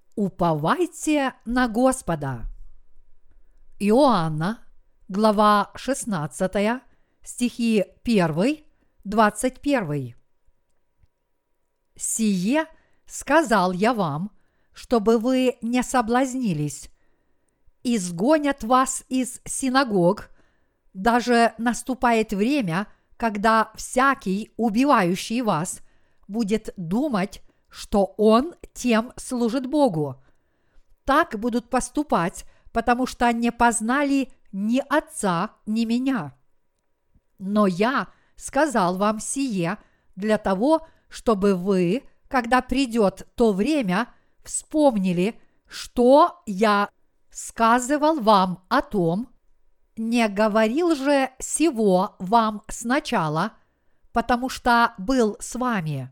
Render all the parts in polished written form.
Уповайте на Господа. Иоанна, глава 16, стихи 1, 21. «Сие сказал я вам, чтобы вы не соблазнились. Изгонят вас из синагог, даже наступает время, когда всякий, убивающий вас, будет думать, что он тем служит Богу. Так будут поступать, потому что не познали ни Отца, ни Меня. Но я сказал вам сие для того, чтобы вы, когда придет то время, вспомнили, что я сказывал вам о том, не говорил же сего вам сначала, потому что был с вами.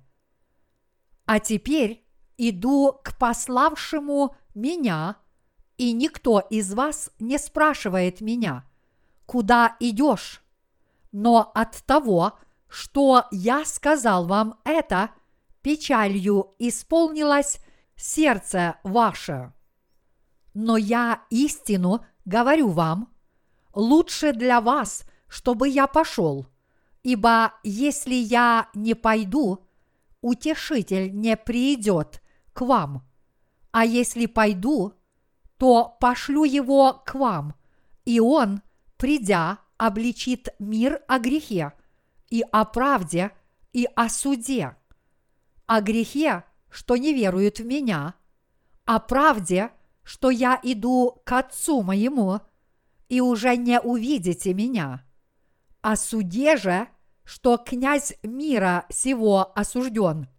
А теперь иду к пославшему меня, и никто из вас не спрашивает меня, куда идешь? Но от того, что я сказал вам это, печалью исполнилось сердце ваше. Но я истину говорю вам, лучше для вас, чтобы я пошел, ибо если я не пойду, Утешитель не придет к вам, а если пойду, то пошлю его к вам, и он, придя, обличит мир о грехе, и о правде, и о суде, о грехе, что не веруют в меня, о правде, что я иду к Отцу моему, и уже не увидите меня, о суде же, что князь мира сего осужден.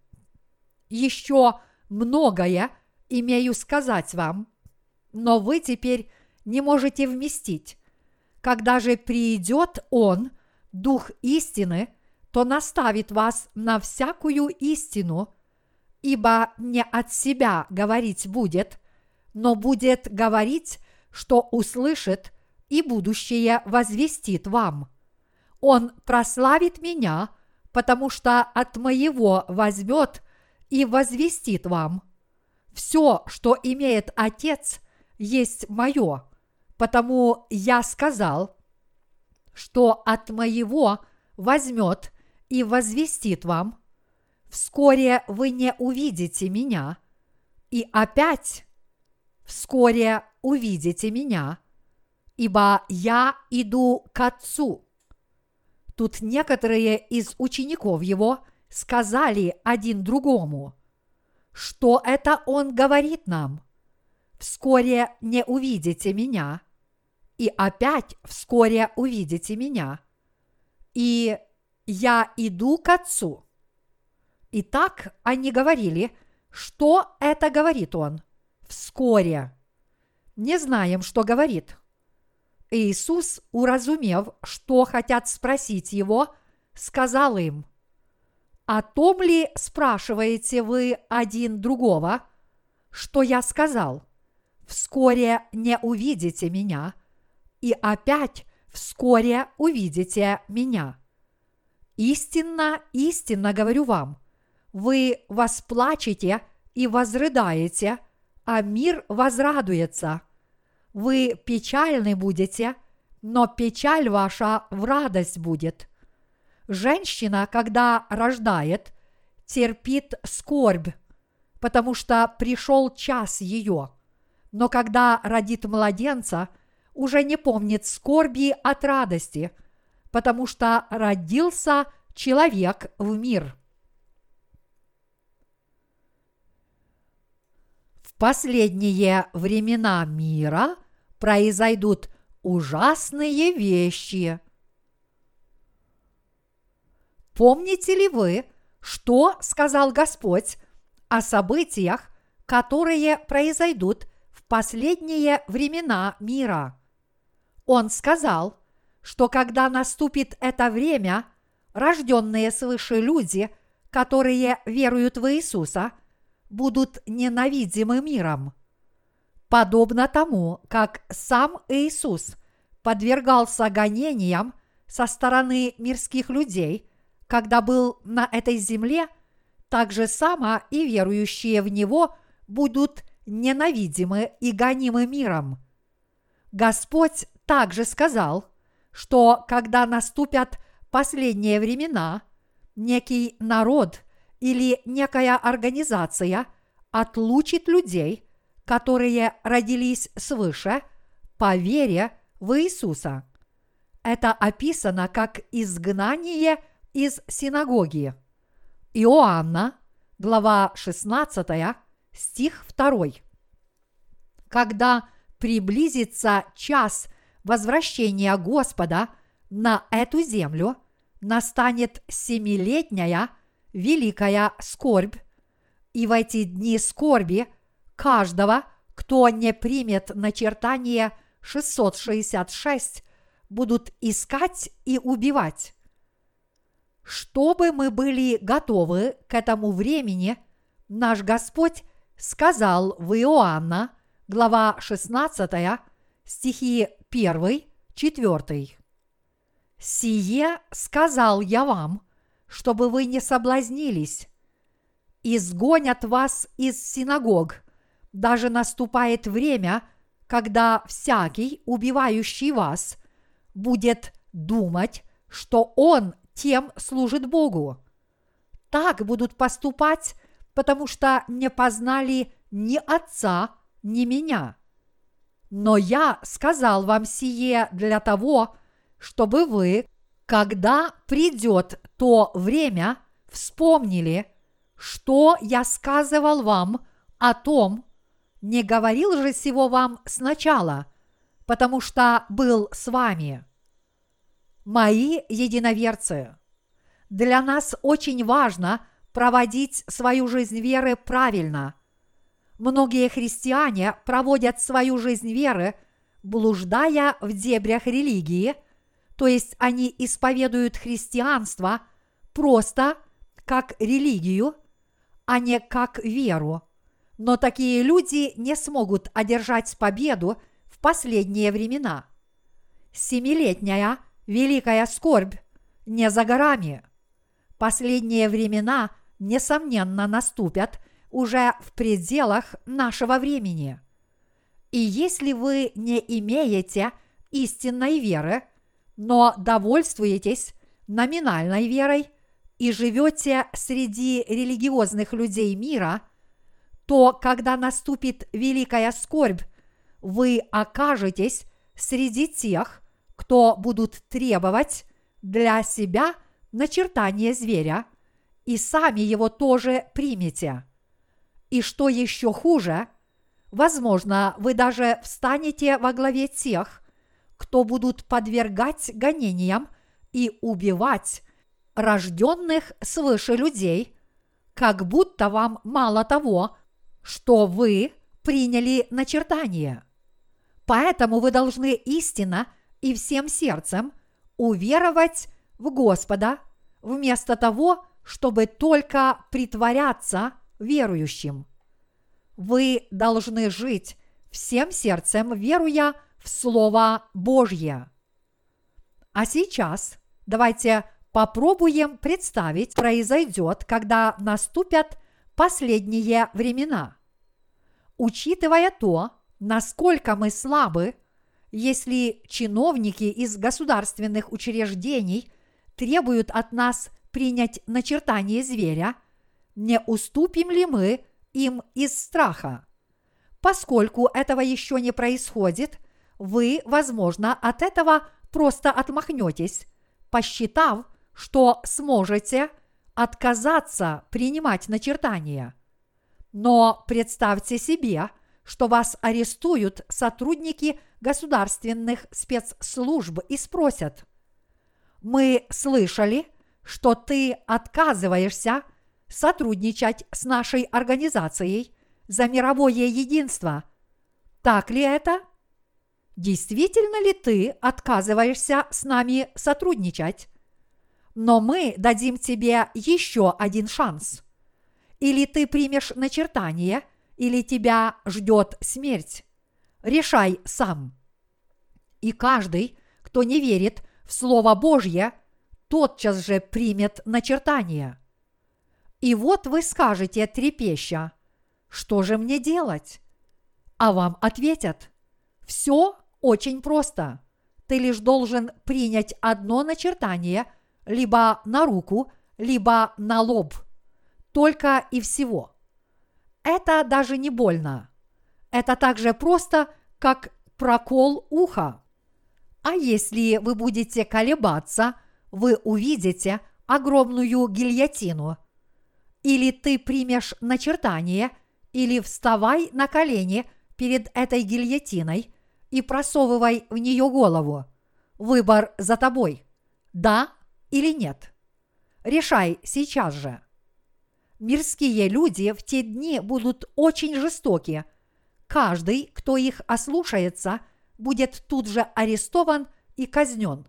Еще многое имею сказать вам, но вы теперь не можете вместить. Когда же придет Он, Дух истины, то наставит вас на всякую истину, ибо не от себя говорить будет, но будет говорить, что услышит, и будущее возвестит вам. Он прославит меня, потому что от моего возьмет и возвестит вам. Все, что имеет Отец, есть мое, потому я сказал, что от моего возьмет и возвестит вам. Вскоре вы не увидите меня, и опять вскоре увидите меня, ибо я иду к Отцу». Тут некоторые из учеников его сказали один другому: «Что это он говорит нам? Вскоре не увидите меня, и опять вскоре увидите меня, и я иду к Отцу». Итак, они говорили: «Что это говорит он? Вскоре». Не знаем, что говорит. Иисус, уразумев, что хотят спросить его, сказал им: «О том ли спрашиваете вы один другого, что я сказал? Вскоре не увидите меня, и опять вскоре увидите меня. Истинно, истинно говорю вам, вы восплачете и возрыдаете, а мир возрадуется. Вы печальны будете, но печаль ваша в радость будет. Женщина, когда рождает, терпит скорбь, потому что пришел час ее, но когда родит младенца, уже не помнит скорби от радости, потому что родился человек в мир». В последние времена мира произойдут ужасные вещи. Помните ли вы, что сказал Господь о событиях, которые произойдут в последние времена мира? Он сказал, что когда наступит это время, рожденные свыше люди, которые веруют в Иисуса, будут ненавидимы миром. Подобно тому, как сам Иисус подвергался гонениям со стороны мирских людей, когда был на этой земле, так же само и верующие в Него будут ненавидимы и гонимы миром. Господь также сказал, что когда наступят последние времена, некий народ или некая организация отлучит людей, которые родились свыше, по вере в Иисуса. Это описано как изгнание из синагоги. Иоанна, глава 16, стих 2. Когда приблизится час возвращения Господа на эту землю, настанет семилетняя великая скорбь, и в эти дни скорби каждого, кто не примет начертание 666, будут искать и убивать. Чтобы мы были готовы к этому времени, наш Господь сказал в Иоанна, глава 16, стихи 1, 4. «Сие сказал я вам, чтобы вы не соблазнились. Изгонят вас из синагог, даже наступает время, когда всякий, убивающий вас, будет думать, что он тем служит Богу. Так будут поступать, потому что не познали ни Отца, ни Меня. Но я сказал вам сие для того, чтобы вы, когда придет то время, вспомнили, что я сказывал вам о том, не говорил же сего вам сначала, потому что был с вами. Мои единоверцы, для нас очень важно проводить свою жизнь веры правильно. Многие христиане проводят свою жизнь веры, блуждая в дебрях религии, то есть они исповедуют христианство просто как религию, а не как веру. Но такие люди не смогут одержать победу в последние времена. Семилетняя великая скорбь не за горами. Последние времена, несомненно, наступят уже в пределах нашего времени. И если вы не имеете истинной веры, но довольствуетесь номинальной верой и живете среди религиозных людей мира, то, когда наступит великая скорбь, вы окажетесь среди тех, кто будут требовать для себя начертание зверя, и сами его тоже примете. И что еще хуже, возможно, вы даже встанете во главе тех, кто будут подвергать гонениям и убивать рожденных свыше людей, как будто вам мало того, что вы приняли начертание. Поэтому вы должны истинно и всем сердцем уверовать в Господа, вместо того, чтобы только притворяться верующим. Вы должны жить всем сердцем, веруя в Слово Божье. А сейчас давайте попробуем представить, что произойдет, когда наступят последние времена. Учитывая то, насколько мы слабы, если чиновники из государственных учреждений требуют от нас принять начертание зверя, не уступим ли мы им из страха? Поскольку этого еще не происходит, вы, возможно, от этого просто отмахнетесь, посчитав, что сможете отказаться принимать начертание. Но представьте себе, что вас арестуют сотрудники государственных спецслужб и спросят: «Мы слышали, что ты отказываешься сотрудничать с нашей организацией за мировое единство. Так ли это? Действительно ли ты отказываешься с нами сотрудничать? Но мы дадим тебе еще один шанс. Или ты примешь начертание, или тебя ждет смерть. Решай сам». И каждый, кто не верит в Слово Божье, тотчас же примет начертание. И вот вы скажете, трепеща: «Что же мне делать? А вам ответят: все очень просто. Ты лишь должен принять одно начертание либо на руку, либо на лоб. Только и всего. Это даже не больно. Это так же просто, как прокол уха. А если вы будете колебаться, вы увидите огромную гильотину. Или ты примешь начертание, или вставай на колени перед этой гильотиной и просовывай в нее голову. Выбор за тобой. Да или нет? Решай сейчас же. Мирские люди в те дни будут очень жестоки. Каждый, кто их ослушается, будет тут же арестован и казнен.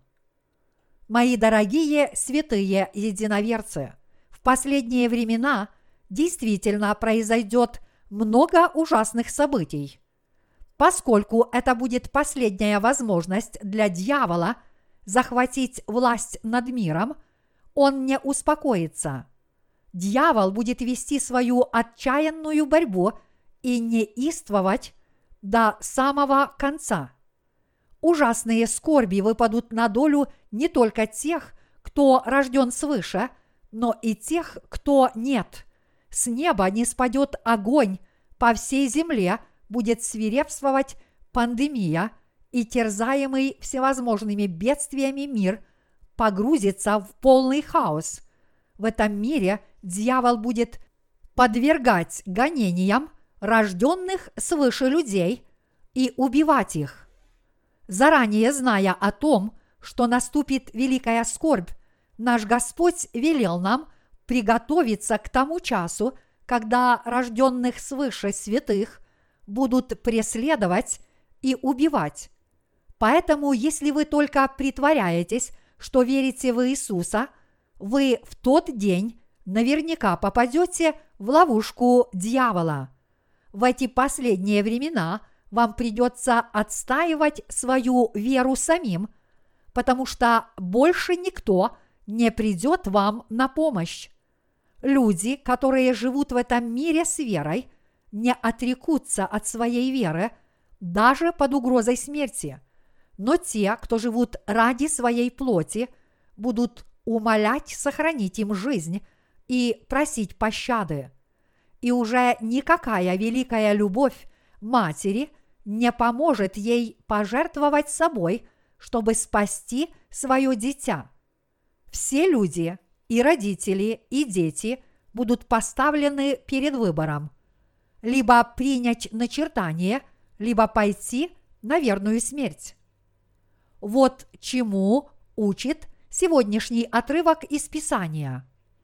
Мои дорогие святые единоверцы, в последние времена действительно произойдет много ужасных событий. Поскольку это будет последняя возможность для дьявола захватить власть над миром, он не успокоится. Дьявол будет вести свою отчаянную борьбу и неистовать до самого конца. Ужасные скорби выпадут на долю не только тех, кто рожден свыше, но и тех, кто нет. С неба не спадет огонь, по всей земле будет свирепствовать пандемия, и терзаемый всевозможными бедствиями мир погрузится в полный хаос. В этом мире дьявол будет подвергать гонениям рожденных свыше людей и убивать их. Заранее зная о том, что наступит великая скорбь, наш Господь велел нам приготовиться к тому часу, когда рожденных свыше святых будут преследовать и убивать. Поэтому, если вы только притворяетесь, что верите в Иисуса, вы в тот день наверняка попадете в ловушку дьявола. В эти последние времена вам придется отстаивать свою веру самим, потому что больше никто не придет вам на помощь. Люди, которые живут в этом мире с верой, не отрекутся от своей веры даже под угрозой смерти. Но те, кто живут ради своей плоти, будут умолять сохранить им жизнь и просить пощады. И уже никакая великая любовь матери не поможет ей пожертвовать собой, чтобы спасти свое дитя. Все люди, и родители, и дети будут поставлены перед выбором: либо принять начертание, либо пойти на верную смерть. Вот чему учит сегодняшний отрывок из Писания.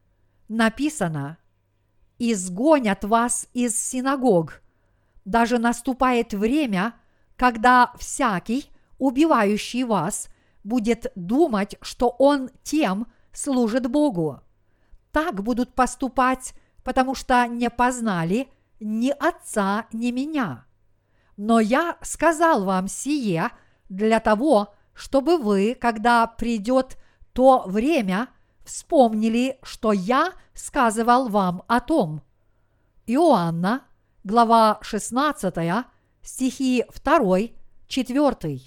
Написано: «Изгонят вас из синагог». Даже наступает время, когда всякий, убивающий вас, будет думать, что он тем служит Богу. Так будут поступать, потому что не познали ни Отца, ни Меня. Но я сказал вам сие для того, чтобы вы, когда придет то время, вспомнили, что я сказывал вам о том. Иоанна, глава 16, стихи 2, 4.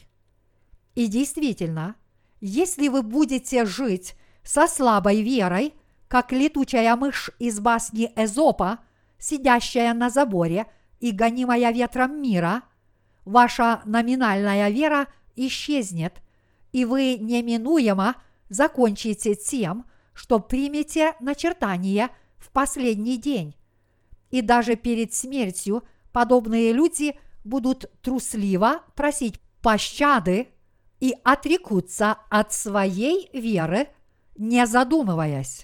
И действительно, если вы будете жить со слабой верой, как летучая мышь из басни Эзопа, сидящая на заборе и гонимая ветром мира, ваша номинальная вера исчезнет, и вы неминуемо закончите тем, что примете начертание в последний день. И даже перед смертью подобные люди будут трусливо просить пощады и отрекутся от своей веры, не задумываясь.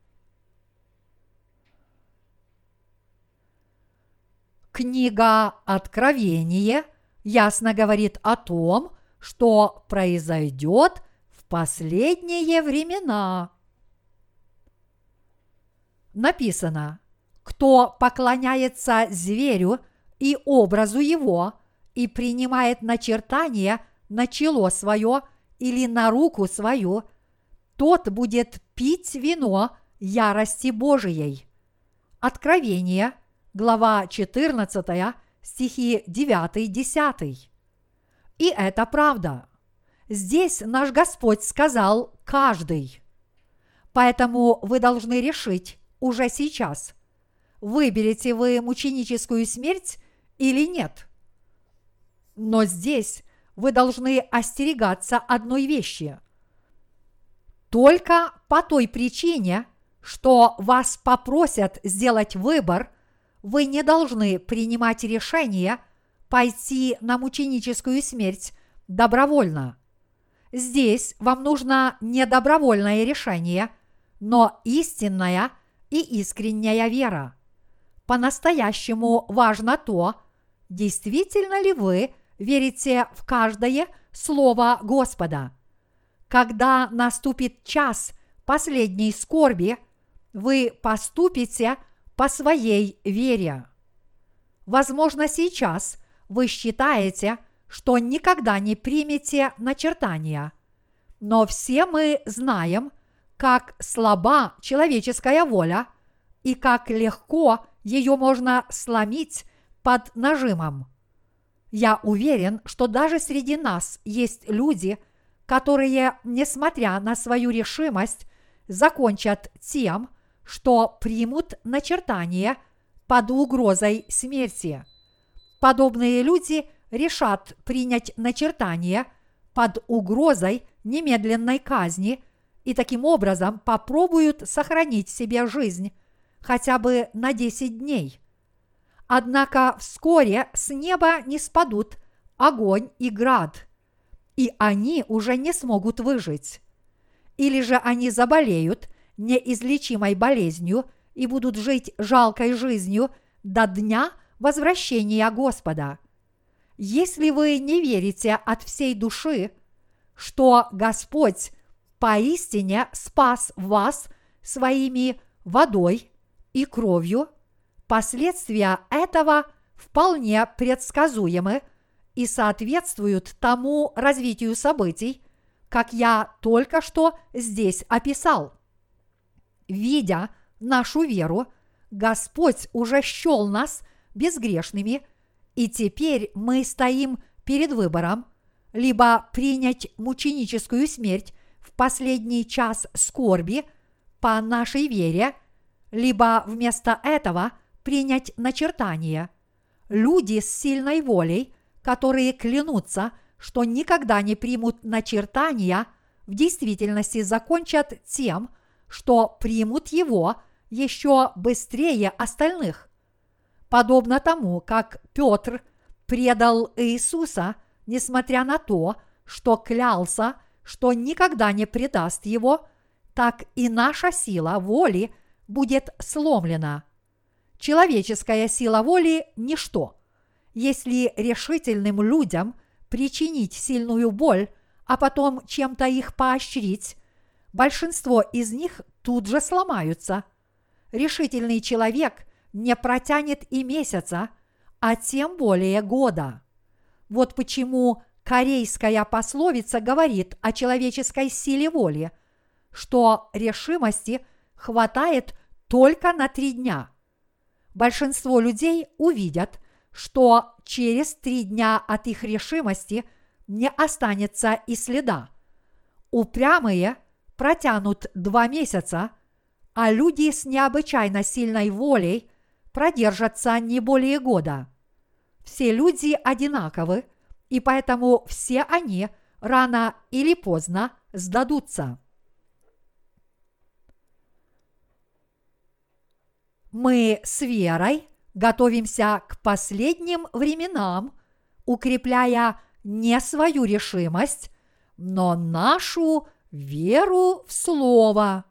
Книга Откровение ясно говорит о том, что произойдет в последние времена. Написано: «Кто поклоняется зверю и образу его и принимает начертание на чело свое или на руку свою, тот будет пить вино ярости Божией». Откровение, глава 14, стихи 9-10. И это правда. Здесь наш Господь сказал «каждый». Поэтому вы должны решить уже сейчас, выберете вы мученическую смерть или нет. Но здесь вы должны остерегаться одной вещи. Только по той причине, что вас попросят сделать выбор, вы не должны принимать решение пойти на мученическую смерть добровольно. Здесь вам нужно не добровольное решение, но истинная и искренняя вера. По-настоящему важно то, действительно ли вы верите в каждое слово Господа. Когда наступит час последней скорби, вы поступите по своей вере. Возможно, сейчас вы считаете, что никогда не примете начертания, но все мы знаем, как слаба человеческая воля и как легко ее можно сломить под нажимом. Я уверен, что даже среди нас есть люди, которые, несмотря на свою решимость, закончат тем, что примут начертание под угрозой смерти. Подобные люди решат принять начертание под угрозой немедленной казни и таким образом попробуют сохранить себе жизнь хотя бы на 10 дней. Однако вскоре с неба не спадут огонь и град, и они уже не смогут выжить. Или же они заболеют неизлечимой болезнью и будут жить жалкой жизнью до дня возвращения Господа. Если вы не верите от всей души, что Господь поистине спас вас своими водой и кровью, последствия этого вполне предсказуемы и соответствуют тому развитию событий, как я только что здесь описал. Видя нашу веру, Господь уже счел нас безгрешными, и теперь мы стоим перед выбором либо принять мученическую смерть в последний час скорби по нашей вере, либо вместо этого принять начертание. Люди с сильной волей, которые клянутся, что никогда не примут начертания, в действительности закончат тем, что примут его еще быстрее остальных. Подобно тому, как Петр предал Иисуса, несмотря на то, что клялся, что никогда не предаст его, так и наша сила воли будет сломлена. Человеческая сила воли – ничто. Если решительным людям причинить сильную боль, а потом чем-то их поощрить, большинство из них тут же сломаются. Решительный человек не протянет и месяца, а тем более года. Вот почему корейская пословица говорит о человеческой силе воли, что решимости хватает только на 3 дня. Большинство людей увидят, что через 3 дня от их решимости не останется и следа. Упрямые протянут 2 месяца, а люди с необычайно сильной волей продержатся не более года. Все люди одинаковы, и поэтому все они рано или поздно сдадутся. Мы с верой готовимся к последним временам, укрепляя не свою решимость, но нашу веру в Слово.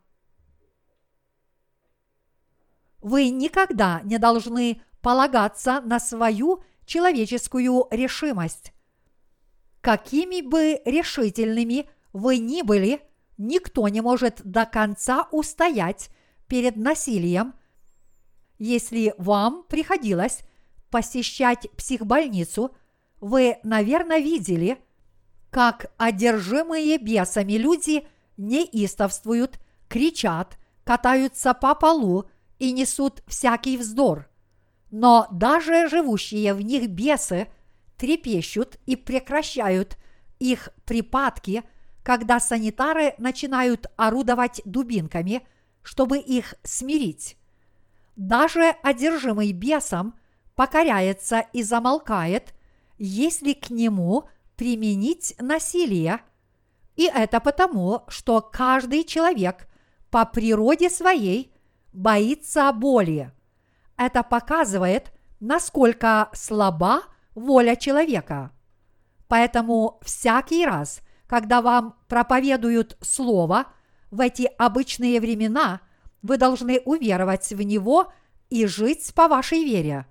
Вы никогда не должны полагаться на свою человеческую решимость. Какими бы решительными вы ни были, никто не может до конца устоять перед насилием. Если вам приходилось посещать психбольницу, вы, наверное, видели, как одержимые бесами люди неистовствуют, кричат, катаются по полу и несут всякий вздор. Но даже живущие в них бесы трепещут и прекращают их припадки, когда санитары начинают орудовать дубинками, чтобы их смирить. Даже одержимый бесом покоряется и замолкает, если к нему применить насилие, и это потому, что каждый человек по природе своей боится боли. Это показывает, насколько слаба воля человека. Поэтому всякий раз, когда вам проповедуют Слово в эти обычные времена, вы должны уверовать в него и жить по вашей вере.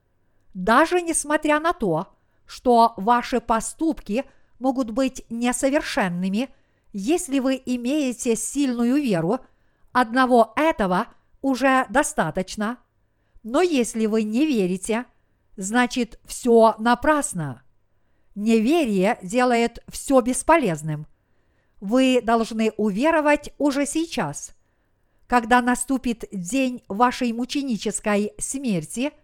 Даже несмотря на то, что ваши поступки могут быть несовершенными, если вы имеете сильную веру, одного этого уже достаточно. Но если вы не верите, значит все напрасно. Неверие делает все бесполезным. Вы должны уверовать уже сейчас. Когда наступит день вашей мученической смерти,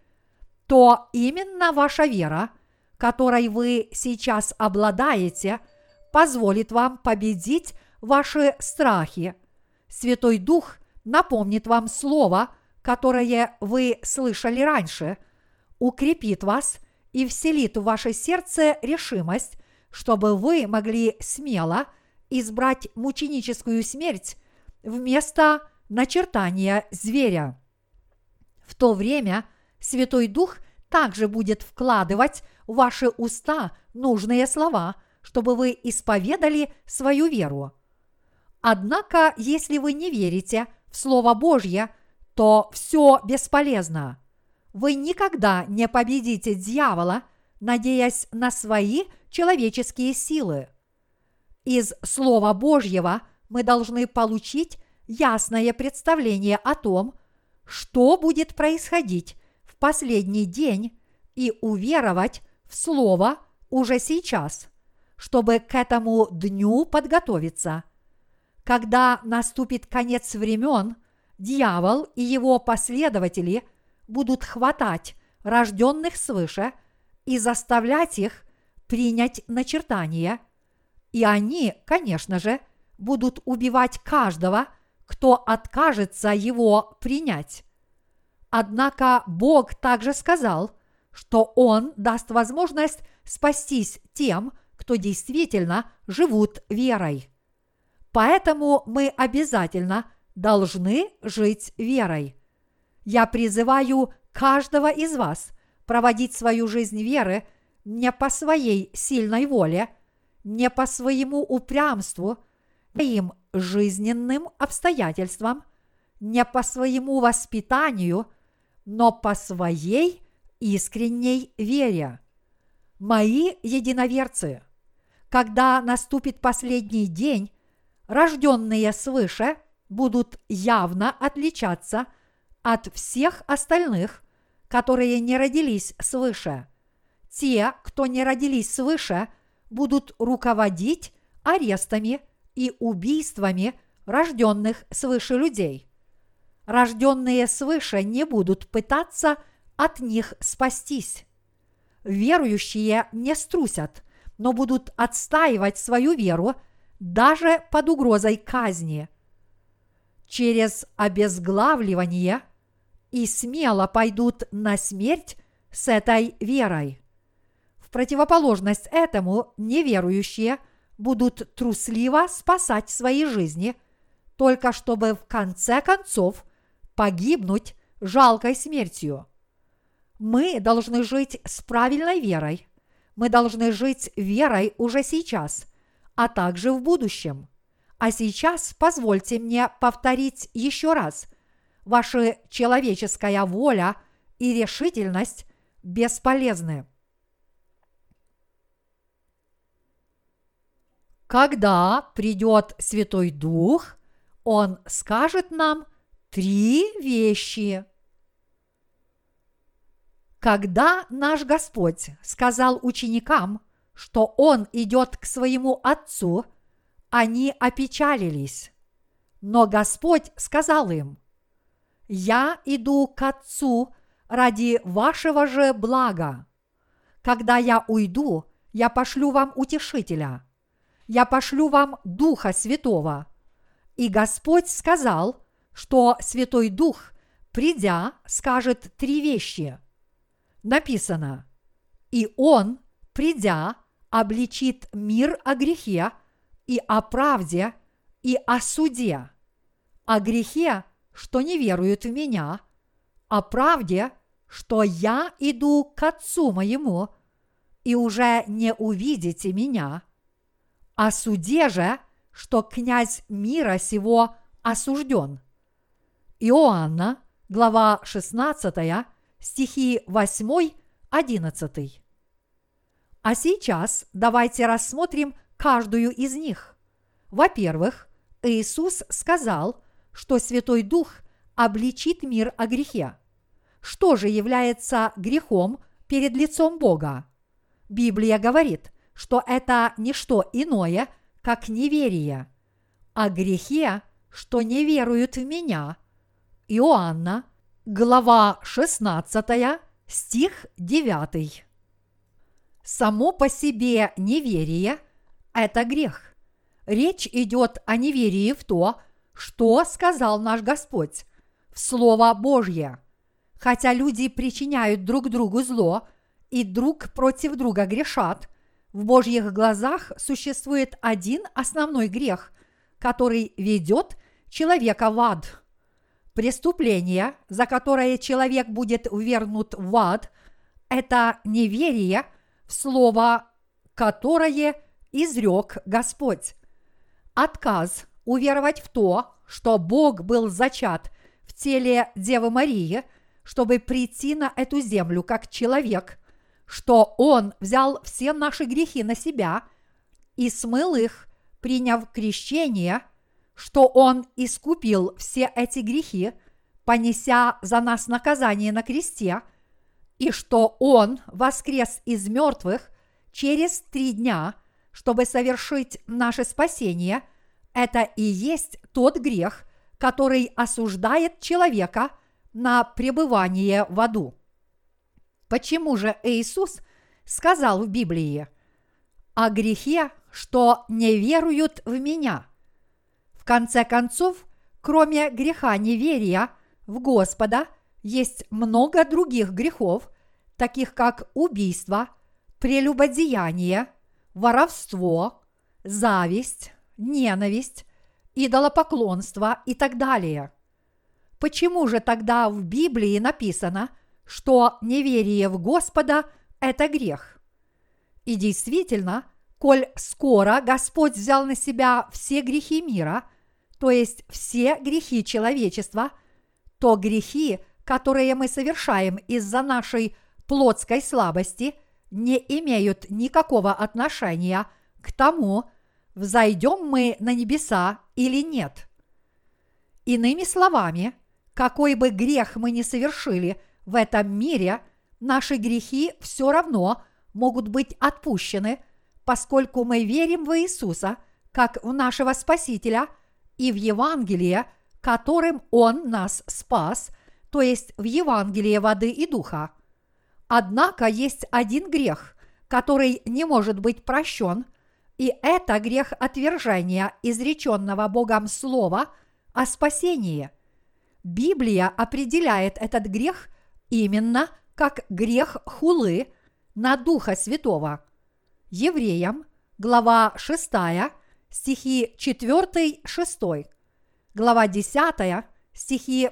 то именно ваша вера, которой вы сейчас обладаете, позволит вам победить ваши страхи. Святой Дух напомнит вам слово, которое вы слышали раньше, укрепит вас и вселит в ваше сердце решимость, чтобы вы могли смело избрать мученическую смерть вместо начертания зверя. В то время Святой Дух также будет вкладывать в ваши уста нужные слова, чтобы вы исповедали свою веру. Однако, если вы не верите в Слово Божье, то все бесполезно. Вы никогда не победите дьявола, надеясь на свои человеческие силы. Из Слова Божьего мы должны получить ясное представление о том, что будет происходить в последний день, и уверовать в Слово уже сейчас, чтобы к этому дню подготовиться. Когда наступит конец времен, дьявол и его последователи будут хватать рожденных свыше и заставлять их принять начертание, и они, конечно же, будут убивать каждого, кто откажется его принять. Однако Бог также сказал, что Он даст возможность спастись тем, кто действительно живут верой. Поэтому мы обязательно должны жить верой. Я призываю каждого из вас проводить свою жизнь веры не по своей сильной воле, не по своему упрямству, своим жизненным обстоятельствам, не по своему воспитанию, но по своей искренней вере. Мои единоверцы, когда наступит последний день, рожденные свыше будут явно отличаться от всех остальных, которые не родились свыше. Те, кто не родились свыше, будут руководить арестами и убийствами рожденных свыше людей. Рожденные свыше не будут пытаться от них спастись. Верующие не струсят, но будут отстаивать свою веру даже под угрозой казни. Через обезглавливание и смело пойдут на смерть с этой верой. В противоположность этому неверующие будут трусливо спасать свои жизни, только чтобы в конце концов погибнуть жалкой смертью. Мы должны жить с правильной верой. Мы должны жить верой уже сейчас, а также в будущем. А сейчас позвольте мне повторить еще раз. Ваша человеческая воля и решительность бесполезны. Когда придет Святой Дух, Он скажет нам 3 вещи. Когда наш Господь сказал ученикам, что Он идет к своему Отцу, они опечалились. Но Господь сказал им: «Я иду к Отцу ради вашего же блага. Когда я уйду, я пошлю вам Утешителя. Я пошлю вам Духа Святого. И Господь сказал, что Святой Дух, придя, скажет 3 вещи. Написано: «И Он, придя, обличит мир о грехе, и о правде, и о суде, о грехе, что не веруют в Меня, о правде, что Я иду к Отцу Моему, и уже не увидите Меня, о суде же, что князь мира сего осужден». Иоанна, глава 16, стихи 8-11. А сейчас давайте рассмотрим каждую из них. Во-первых, Иисус сказал, что Святой Дух обличит мир о грехе. Что же является грехом перед лицом Бога? Библия говорит, что это не что иное, как неверие. О грехе, что не веруют в Меня. Иоанна, глава 16, стих 9. Само по себе неверие – это грех. Речь идет о неверии в то, что сказал наш Господь, в Слово Божье. Хотя люди причиняют друг другу зло и друг против друга грешат, в Божьих глазах существует один основной грех, который ведет человека в ад. Преступление, за которое человек будет ввергнут в ад, это неверие в Слово, которое изрек Господь. Отказ уверовать в то, что Бог был зачат в теле Девы Марии, чтобы прийти на эту землю как человек, что Он взял все наши грехи на себя и смыл их, приняв крещение, что Он искупил все эти грехи, понеся за нас наказание на кресте, и что Он воскрес из мертвых через 3 дня, чтобы совершить наше спасение, это и есть тот грех, который осуждает человека на пребывание в аду. Почему же Иисус сказал в Библии о грехе, что не веруют в Меня? В конце концов, кроме греха неверия в Господа, есть много других грехов, таких как убийство, прелюбодеяние, воровство, зависть, ненависть, идолопоклонство и так далее. Почему же тогда в Библии написано, что неверие в Господа – это грех? И действительно, коль скоро Господь взял на себя все грехи мира, то есть все грехи человечества, то грехи, которые мы совершаем из-за нашей плотской слабости, не имеют никакого отношения к тому, взойдем мы на небеса или нет. Иными словами, какой бы грех мы ни совершили в этом мире, наши грехи все равно могут быть отпущены, поскольку мы верим в Иисуса как в нашего Спасителя и в Евангелие, которым Он нас спас, то есть в Евангелие воды и духа. Однако есть один грех, который не может быть прощен, и это грех отвержения изреченного Богом слова о спасении. Библия определяет этот грех именно как грех хулы на Духа Святого. Евреям, глава 6, стихи 4-6, глава 10, стихи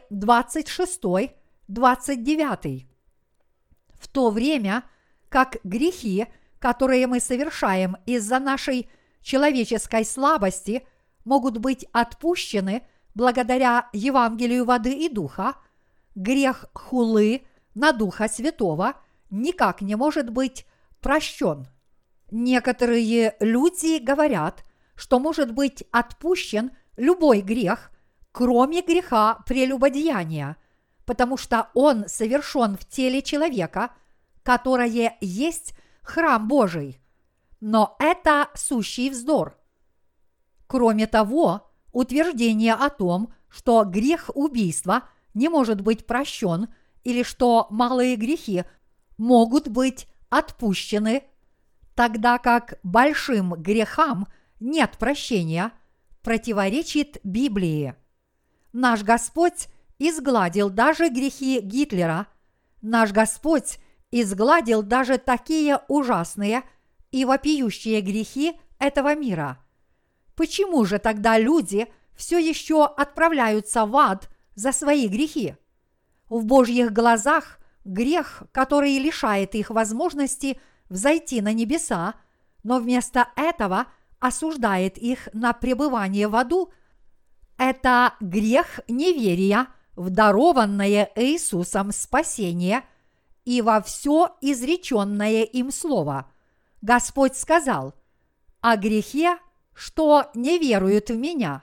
26-29. В то время, как грехи, которые мы совершаем из-за нашей человеческой слабости, могут быть отпущены благодаря Евангелию воды и духа, грех хулы на Духа Святого никак не может быть прощен. Некоторые люди говорят, что может быть отпущен любой грех, кроме греха прелюбодеяния, потому что он совершен в теле человека, которое есть храм Божий. Но это сущий вздор. Кроме того, утверждение о том, что грех убийства не может быть прощен или что малые грехи могут быть отпущены, тогда как большим грехам нет прощения, противоречит Библии. Наш Господь изгладил даже грехи Гитлера. Наш Господь изгладил даже такие ужасные и вопиющие грехи этого мира. Почему же тогда люди все еще отправляются в ад за свои грехи? В Божьих глазах грех, который лишает их возможности взойти на небеса, но вместо этого осуждает их на пребывание в аду, это грех неверия в дарованное Иисусом спасение и во все изреченное им слово. Господь сказал о грехе, что не веруют в Меня.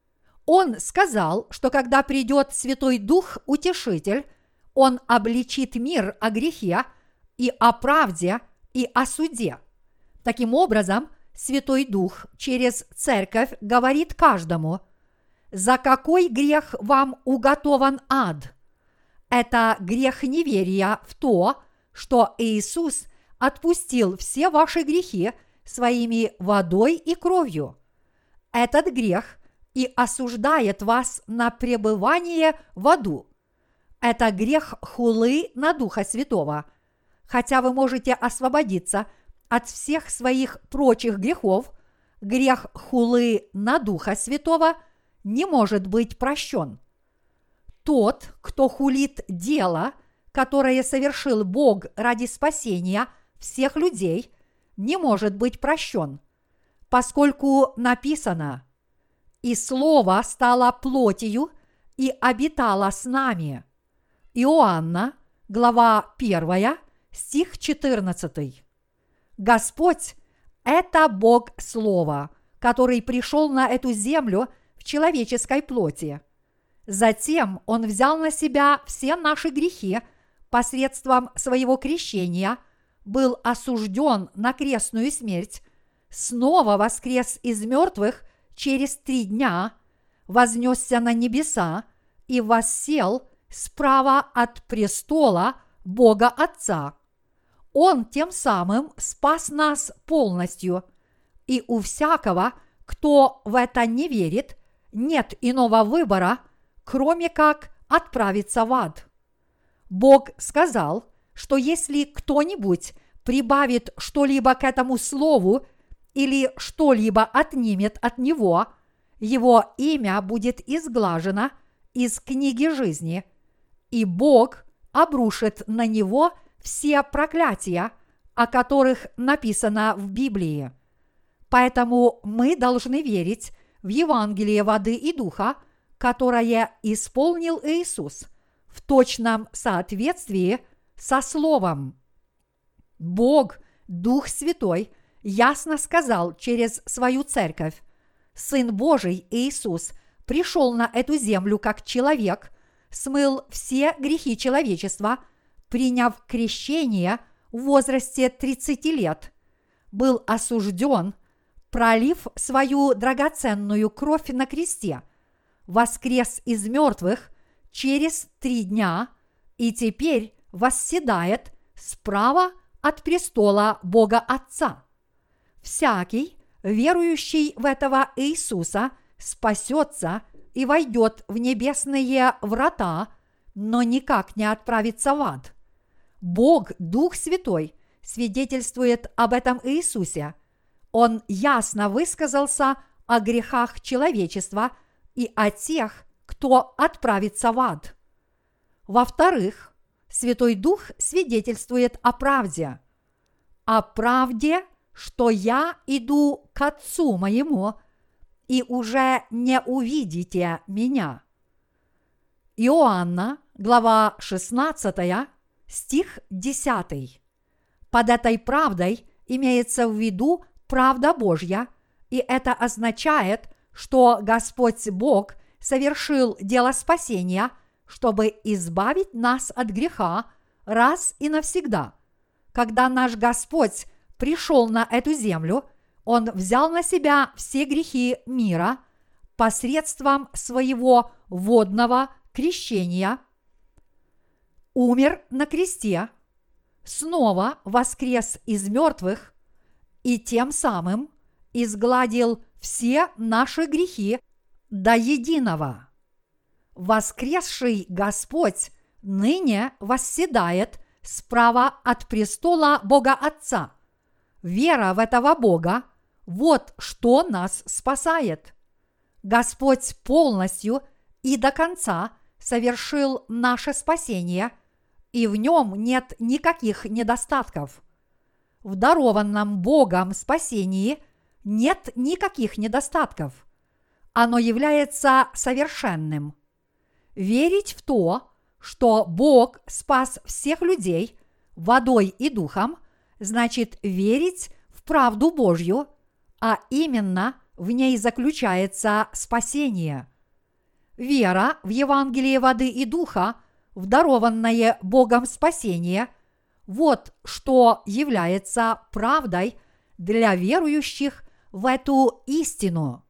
Он сказал, что когда придет Святой Дух Утешитель, Он обличит мир о грехе и о правде и о суде. Таким образом, Святой Дух через Церковь говорит каждому: за какой грех вам уготован ад? Это грех неверия в то, что Иисус отпустил все ваши грехи своими водой и кровью. Этот грех и осуждает вас на пребывание в аду. Это грех хулы на Духа Святого. Хотя вы можете освободиться от всех своих прочих грехов, грех хулы на Духа Святого не может быть прощен. Тот, кто хулит дело, которое совершил Бог ради спасения всех людей, не может быть прощен, поскольку написано: «И Слово стало плотью и обитало с нами». Иоанна, глава 1, стих 14. Господь – это Бог Слова, который пришел на эту землю в человеческой плоти. Затем Он взял на себя все наши грехи посредством своего крещения, был осужден на крестную смерть, снова воскрес из мертвых через 3 дня, вознесся на небеса и воссел справа от престола Бога Отца. Он тем самым спас нас полностью, и у всякого, кто в это не верит, нет иного выбора, кроме как отправиться в ад. Бог сказал, что если кто-нибудь прибавит что-либо к этому слову или что-либо отнимет от него, его имя будет изглажено из книги жизни, и Бог обрушит на него все проклятия, о которых написано в Библии. Поэтому мы должны верить в Евангелие воды и духа, которое исполнил Иисус в точном соответствии со Словом. Бог, Дух Святой, ясно сказал через свою церковь: Сын Божий Иисус пришел на эту землю как человек, смыл все грехи человечества, приняв крещение в возрасте 30 лет, был осужден, пролив свою драгоценную кровь на кресте, воскрес из мертвых через 3 дня и теперь восседает справа от престола Бога Отца. Всякий, верующий в этого Иисуса, спасется и войдет в небесные врата, но никак не отправится в ад. Бог, Дух Святой, свидетельствует об этом Иисусе. Он ясно высказался о грехах человечества и о тех, кто отправится в ад. Во-вторых, Святой Дух свидетельствует о правде, что я иду к Отцу моему, и уже не увидите меня. Иоанна, глава 16, стих 10. Под этой правдой имеется в виду правда Божья, и это означает, что Господь Бог совершил дело спасения, чтобы избавить нас от греха раз и навсегда. Когда наш Господь пришел на эту землю, Он взял на себя все грехи мира посредством своего водного крещения. умер на кресте, снова воскрес из мертвых и тем самым изгладил все наши грехи до единого. Воскресший Господь ныне восседает справа от престола Бога Отца. Вера в этого Бога – вот что нас спасает. Господь полностью и до конца совершил наше спасение, и в нем нет никаких недостатков. В дарованном Богом спасении нет никаких недостатков. Оно является совершенным. Верить в то, что Бог спас всех людей водой и духом, значит верить в правду Божью, а именно в ней заключается спасение. Вера в Евангелие воды и духа, в дарованное Богом спасение – вот что является правдой для верующих в эту истину.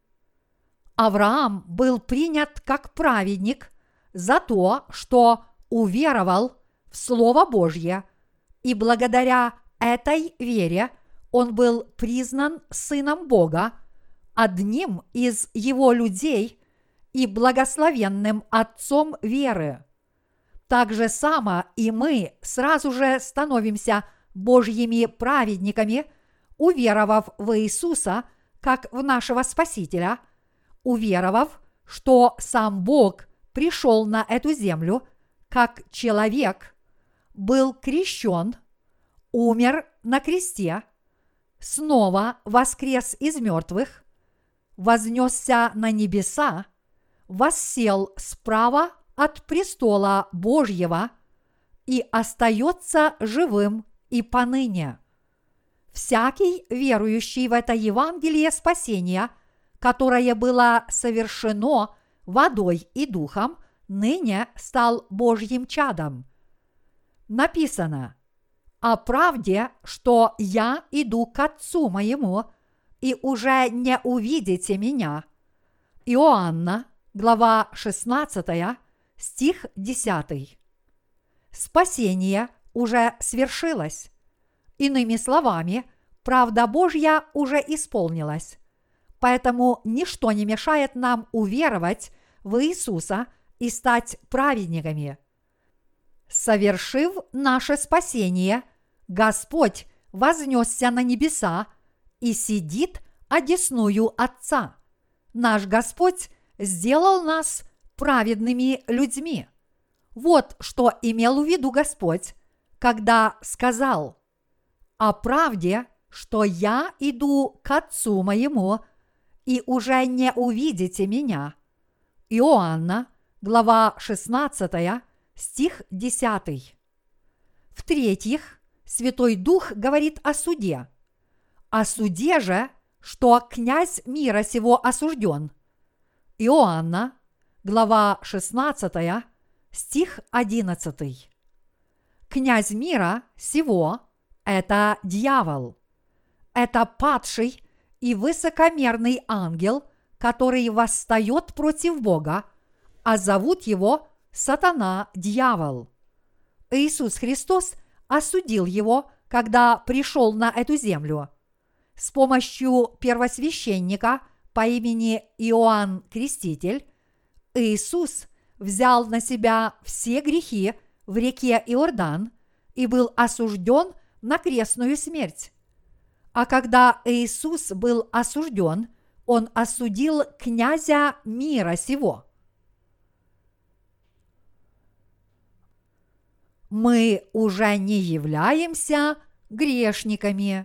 Авраам был принят как праведник за то, что уверовал в Слово Божье, и благодаря этой вере он был признан сыном Бога, одним из его людей и благословенным отцом веры. Так же само и мы сразу же становимся Божьими праведниками, уверовав в Иисуса как в нашего Спасителя, уверовав, что сам Бог пришел на эту землю как человек, был крещен, умер на кресте, снова воскрес из мертвых, вознесся на небеса, воссел справа от престола Божьего и остается живым и поныне. Всякий, верующий в это Евангелие спасения, которое было совершено водой и духом, ныне стал Божьим чадом. Написано: «О правде, что я иду к Отцу моему, и уже не увидите меня». Иоанна, глава 16, стих 10. Спасение уже свершилось. Иными словами, правда Божья уже исполнилась. Поэтому ничто не мешает нам уверовать в Иисуса и стать праведниками. Совершив наше спасение, Господь вознесся на небеса и сидит одесную Отца. Наш Господь сделал нас праведными людьми. Вот что имел в виду Господь, когда сказал: «О правде, что я иду к Отцу моему, и уже не увидите меня». Иоанна, глава 16, стих 10. В-третьих, Святой Дух говорит о суде. О суде же, что князь мира сего осужден. Иоанна, глава 16, стих 11. Князь мира сего – это дьявол. Это падший и высокомерный ангел, который восстает против Бога, а зовут его Сатана-дьявол. Иисус Христос осудил его, когда пришел на эту землю. С помощью первосвященника по имени Иоанн Креститель Иисус взял на себя все грехи в реке Иордан и был осужден на крестную смерть. А когда Иисус был осужден, Он осудил князя мира сего. Мы уже не являемся грешниками.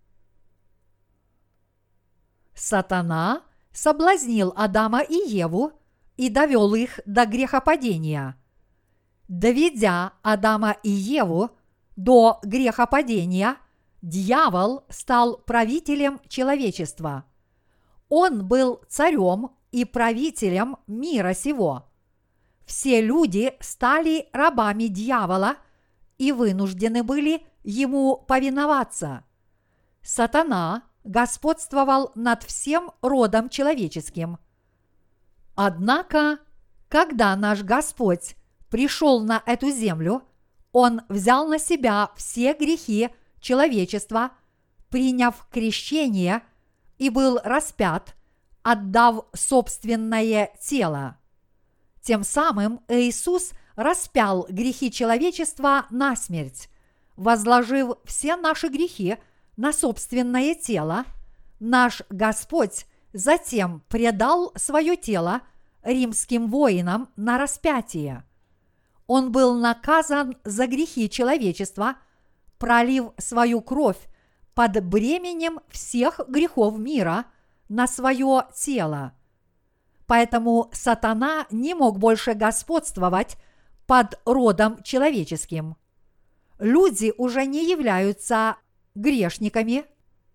Сатана соблазнил Адама и Еву и довел их до грехопадения. Доведя Адама и Еву до грехопадения, дьявол стал правителем человечества. Он был царем и правителем мира сего. Все люди стали рабами дьявола и вынуждены были ему повиноваться. Сатана господствовал над всем родом человеческим. Однако, когда наш Господь пришел на эту землю, Он взял на себя все грехи человечества, приняв крещение, и был распят, отдав собственное тело. Тем самым Иисус распял грехи человечества на смерть, возложив все наши грехи на собственное тело. Наш Господь затем предал свое тело римским воинам на распятие. Он был наказан за грехи человечества, пролив свою кровь под бременем всех грехов мира на свое тело. Поэтому сатана не мог больше господствовать под родом человеческим. Люди уже не являются грешниками,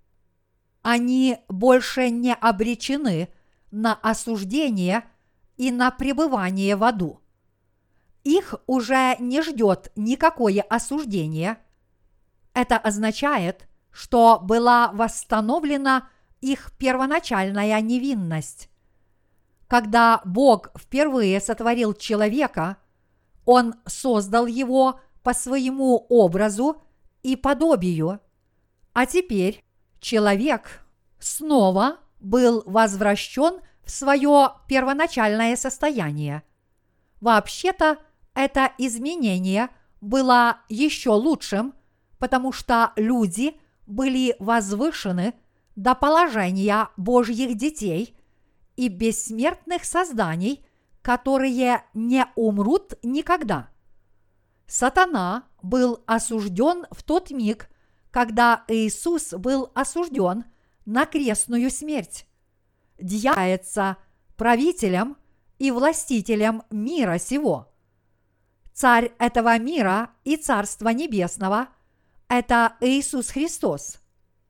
они больше не обречены на осуждение и на пребывание в аду. Их уже не ждет никакое осуждение. Это означает, что была восстановлена их первоначальная невинность. Когда Бог впервые сотворил человека, Он создал его по своему образу и подобию, а теперь человек снова был возвращен в свое первоначальное состояние. Вообще-то, это изменение было еще лучшим, потому что люди были возвышены до положения Божьих детей и бессмертных созданий, которые не умрут никогда. Сатана был осужден в тот миг, когда Иисус был осужден на крестную смерть. Дьявол является правителем и властителем мира сего. Царь этого мира и Царства Небесного – это Иисус Христос.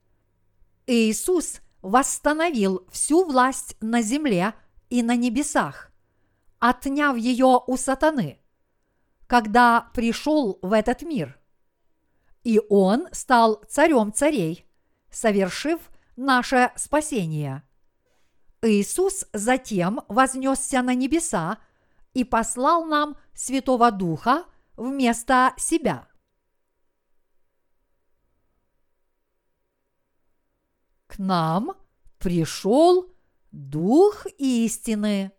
Иисус восстановил всю власть на земле и на небесах, отняв ее у сатаны, когда пришел в этот мир. И Он стал царем царей, совершив наше спасение. Иисус затем вознесся на небеса и послал нам Святого Духа вместо себя. К нам пришел Дух истины.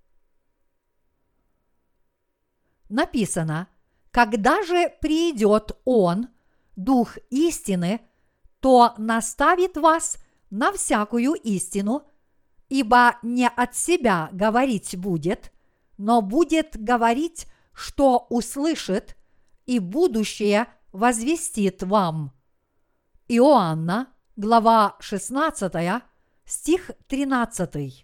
Написано: когда же придет Он, Дух истины, то наставит вас на всякую истину, ибо не от себя говорить будет, но будет говорить, что услышит, и будущее возвестит вам. Иоанна, глава 16, стих 13.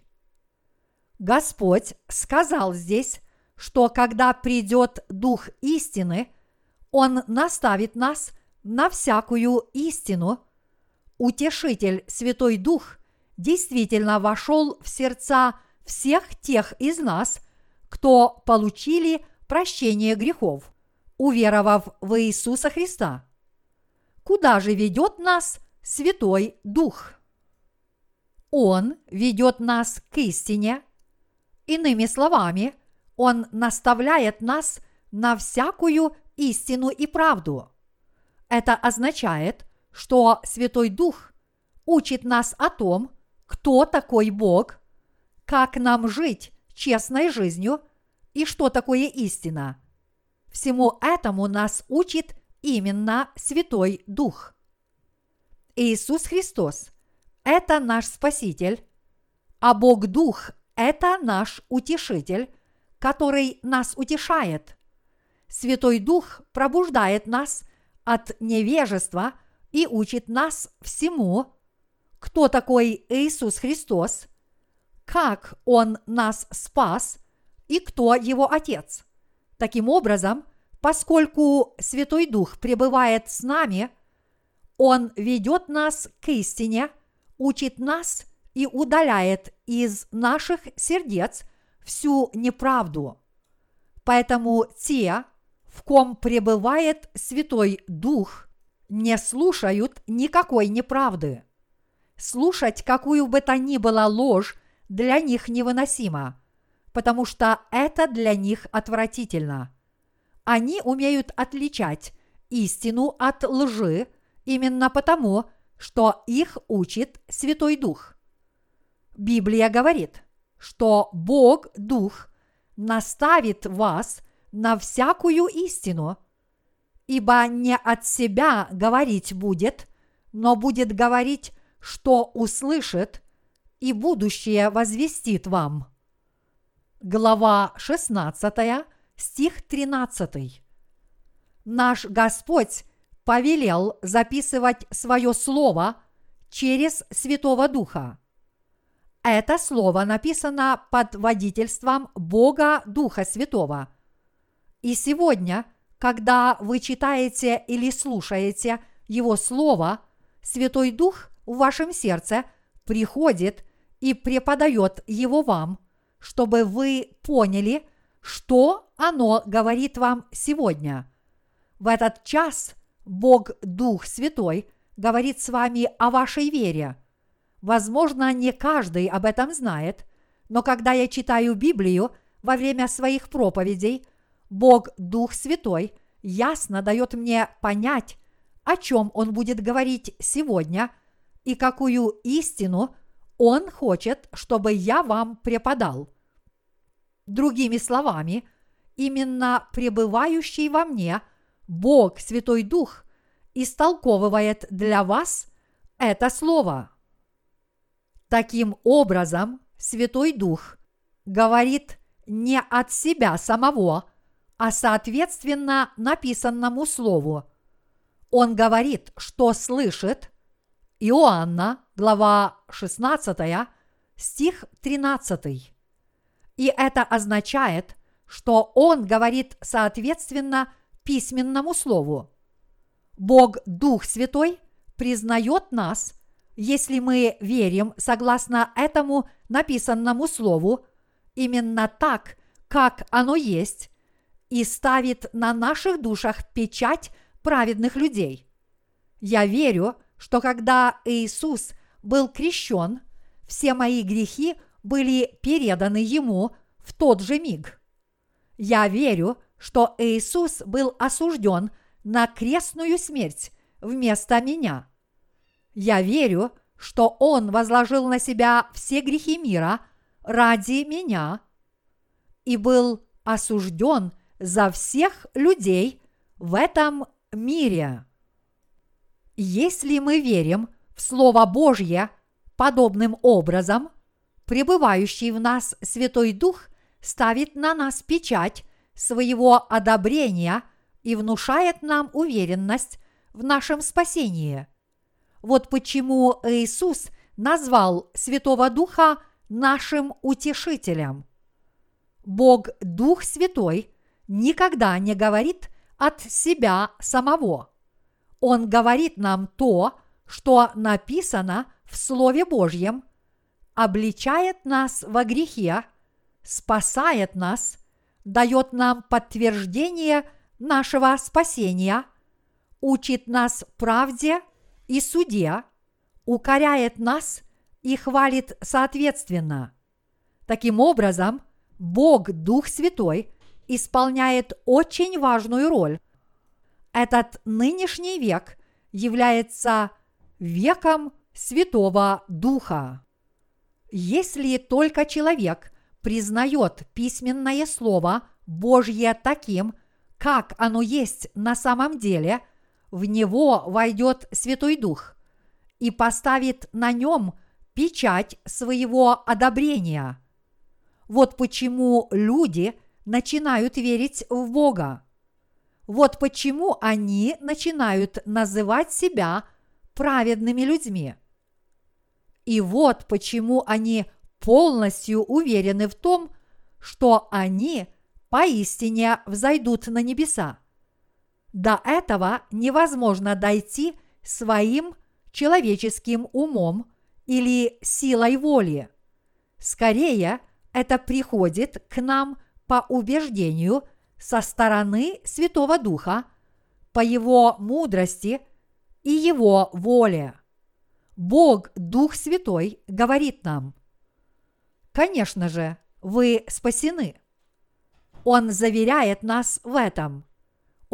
Господь сказал здесь, что когда придет Дух истины, Он наставит нас на всякую истину. Утешитель Святой Дух действительно вошел в сердца всех тех из нас, кто получили прощение грехов, уверовав в Иисуса Христа. Куда же ведет нас Святой Дух? Он ведет нас к истине. Иными словами, Он наставляет нас на всякую истину и правду. Это означает, что Святой Дух учит нас о том, кто такой Бог, как нам жить честной жизнью и что такое истина. Всему этому нас учит именно Святой Дух. Иисус Христос – это наш Спаситель, а Бог Дух – это наш Утешитель, который нас утешает. Святой Дух пробуждает нас от невежества и учит нас всему, кто такой Иисус Христос, как Он нас спас и кто Его Отец. Таким образом, поскольку Святой Дух пребывает с нами, Он ведет нас к истине, учит нас и удаляет из наших сердец всю неправду. Поэтому те, в ком пребывает Святой Дух, не слушают никакой неправды. Слушать какую бы то ни было ложь для них невыносимо, потому что это для них отвратительно. Они умеют отличать истину от лжи именно потому, что их учит Святой Дух. Библия говорит, что Бог Дух наставит вас на всякую истину, ибо не от себя говорить будет, но будет говорить, что услышит, и будущее возвестит вам. Глава 16, стих 13. Наш Господь повелел записывать свое Слово через Святого Духа. Это Слово написано под водительством Бога Духа Святого. И сегодня, когда вы читаете или слушаете Его Слово, Святой Дух в вашем сердце приходит и преподает его вам, чтобы вы поняли, что оно говорит вам сегодня. В этот час Бог Дух Святой говорит с вами о вашей вере. Возможно, не каждый об этом знает, но когда я читаю Библию во время своих проповедей, Бог Дух Святой ясно дает мне понять, о чем Он будет говорить сегодня и какую истину Он хочет, чтобы я вам преподал. Другими словами, именно пребывающий во мне Бог Святой Дух истолковывает для вас это слово. Таким образом, Святой Дух говорит не от себя самого, а соответственно написанному слову. Он говорит, что слышит. Иоанна, глава 16, стих 13. И это означает, что он говорит соответственно письменному слову. Бог Дух Святой признает нас, если мы верим согласно этому написанному слову, именно так, как оно есть, и ставит на наших душах печать праведных людей. Я верю, что когда Иисус был крещен, все мои грехи были переданы Ему в тот же миг. Я верю, что Иисус был осужден на крестную смерть вместо меня. Я верю, что Он возложил на себя все грехи мира ради меня и был осужден за всех людей в этом мире. Если мы верим в Слово Божье подобным образом, пребывающий в нас Святой Дух ставит на нас печать своего одобрения и внушает нам уверенность в нашем спасении. Вот почему Иисус назвал Святого Духа нашим утешителем. Бог Дух Святой никогда не говорит от себя самого. Он говорит нам то, что написано в Слове Божьем, обличает нас во грехе, спасает нас, дает нам подтверждение нашего спасения, учит нас правде и суде, укоряет нас и хвалит соответственно. Таким образом, Бог Дух Святой исполняет очень важную роль. Этот нынешний век является веком Святого Духа. Если только человек признает письменное Слово Божье таким, как оно есть на самом деле, в него войдет Святой Дух и поставит на нем печать своего одобрения. Вот почему люди начинают верить в Бога. Вот почему они начинают называть себя праведными людьми. И вот почему они полностью уверены в том, что они поистине взойдут на небеса. До этого невозможно дойти своим человеческим умом или силой воли. Скорее, это приходит к нам по убеждению со стороны Святого Духа, по Его мудрости и Его воле. Бог, Дух Святой, говорит нам: конечно же, вы спасены. Он заверяет нас в этом.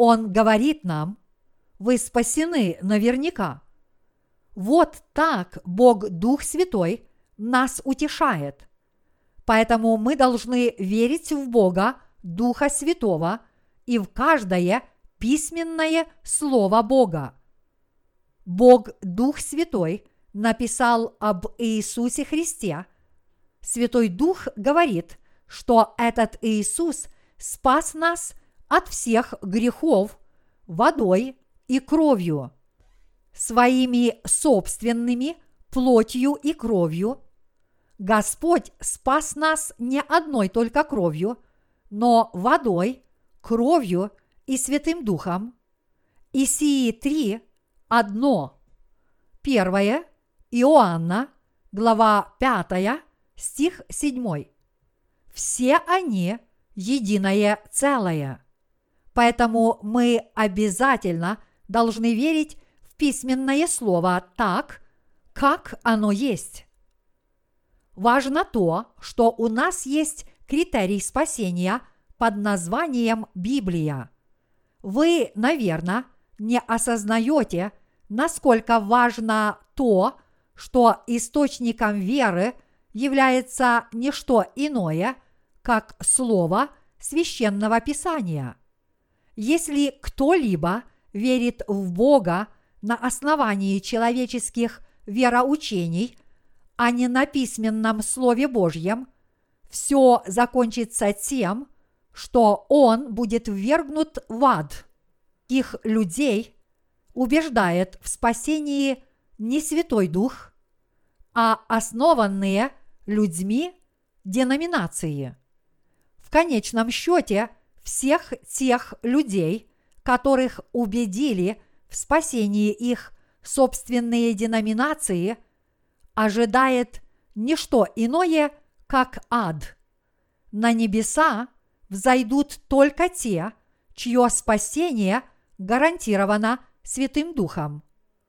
Он говорит нам: вы спасены наверняка. Вот так Бог Дух Святой нас утешает. Поэтому мы должны верить в Бога Духа Святого и в каждое письменное слово Бога. Бог Дух Святой написал об Иисусе Христе. Святой Дух говорит, что этот Иисус спас нас от всех грехов водой и кровью, своими собственными плотью и кровью. Господь спас нас не одной только кровью, но водой, кровью и Святым Духом. И сии три одно. 1 Иоанна, глава 5, стих 7. Все они единое целое. Поэтому мы обязательно должны верить в письменное слово так, как оно есть. Важно то, что у нас есть критерий спасения под названием Библия. Вы, наверное, не осознаете, насколько важно то, что источником веры является не что иное, как Слово Священного Писания. Если кто-либо верит в Бога на основании человеческих вероучений, а не на письменном Слове Божьем, все закончится тем, что он будет ввергнут в ад. Их людей убеждает в спасении не Святой Дух, а основанные людьми деноминации. В конечном счете, всех тех людей, которых убедили в спасении их собственные деноминации, ожидает не что иное, как ад. На небеса взойдут только те, чье спасение гарантировано Святым Духом.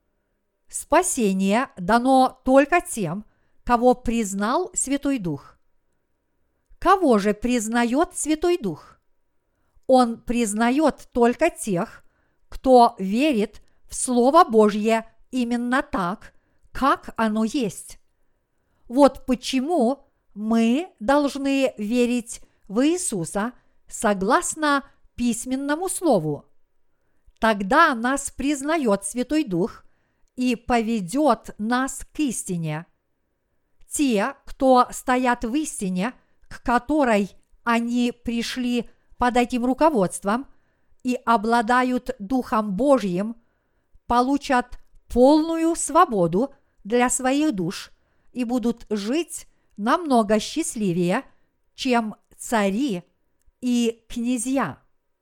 Спасение дано только тем, кого признал Святой Дух. Кого же признает Святой Дух? Он признает только тех, кто верит в Слово Божье именно так, как оно есть. Вот почему мы должны верить в Иисуса согласно письменному Слову. Тогда нас признает Святой Дух и поведет нас к истине. Те, кто стоят в истине, к которой они пришли под этим руководством и обладают Духом Божьим, получат полную свободу для своих душ и будут жить намного счастливее, чем цари и князья.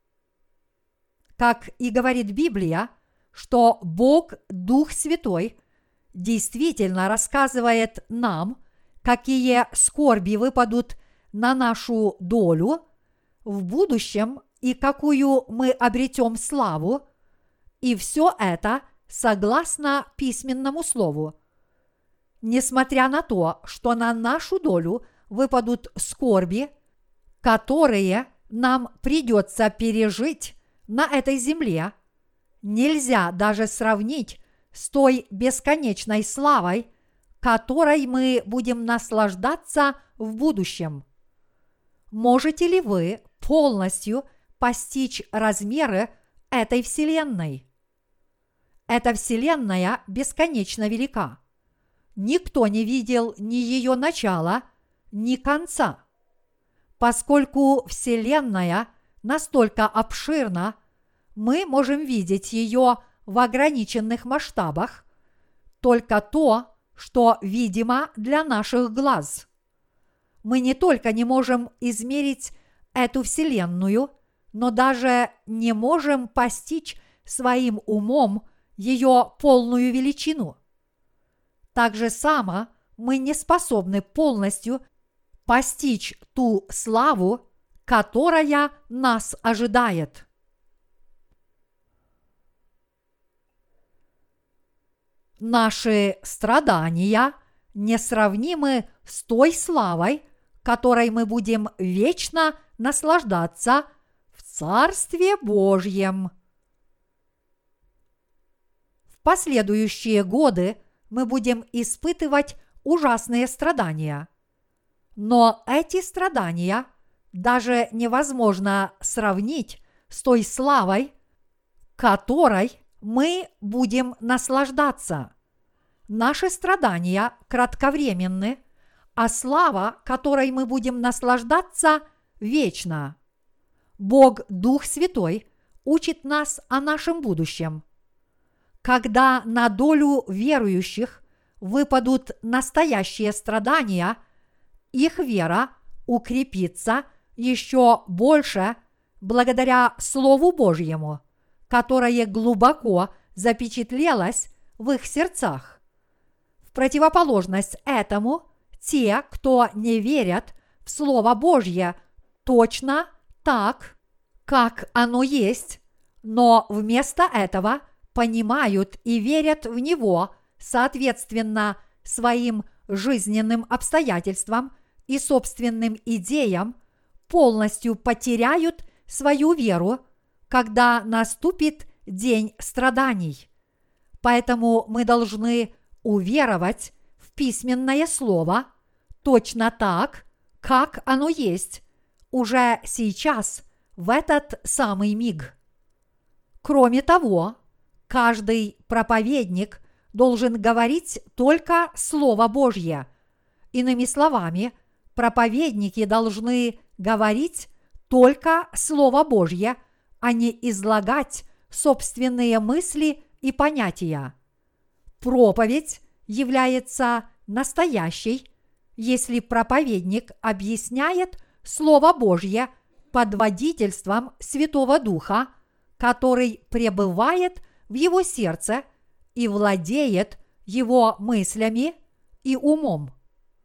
Как и говорит Библия, что Бог Дух Святой действительно рассказывает нам, какие скорби выпадут на нашу долю в будущем и какую мы обретем славу, и все это согласно письменному слову. Несмотря на то, что на нашу долю выпадут скорби, которые нам придется пережить на этой земле, нельзя даже сравнить с той бесконечной славой, которой мы будем наслаждаться в будущем. Можете ли вы полностью постичь размеры этой Вселенной? Эта Вселенная бесконечно велика. Никто не видел ни ее начала, ни конца. Поскольку Вселенная настолько обширна, мы можем видеть ее в ограниченных масштабах, только то, что видимо для наших глаз. Мы не только не можем измерить эту Вселенную, но даже не можем постичь своим умом ее полную величину. Так же само мы не способны полностью постичь ту славу, которая нас ожидает. Наши страдания несравнимы с той славой, которой мы будем вечно наслаждаться в Царстве Божьем. последующие годы мы будем испытывать ужасные страдания. Но эти страдания даже невозможно сравнить с той славой, которой мы будем наслаждаться. Наши страдания кратковременны, а слава, которой мы будем наслаждаться, вечна. Бог Дух Святой учит нас о нашем будущем. Когда на долю верующих выпадут настоящие страдания, их вера укрепится еще больше благодаря Слову Божьему, которое глубоко запечатлелось в их сердцах. В противоположность этому, те, кто не верят в Слово Божье точно так, как оно есть, но вместо этого понимают и верят в него соответственно своим жизненным обстоятельствам и собственным идеям, полностью потеряют свою веру, когда наступит день страданий. Поэтому мы должны уверовать в письменное слово точно так, как оно есть, уже сейчас, в этот самый миг. Кроме того, каждый проповедник должен говорить только Слово Божье. Иными словами, проповедники должны говорить только Слово Божье, а не излагать собственные мысли и понятия. Проповедь является настоящей, если проповедник объясняет Слово Божье под водительством Святого Духа, который пребывает в его сердце и владеет его мыслями и умом.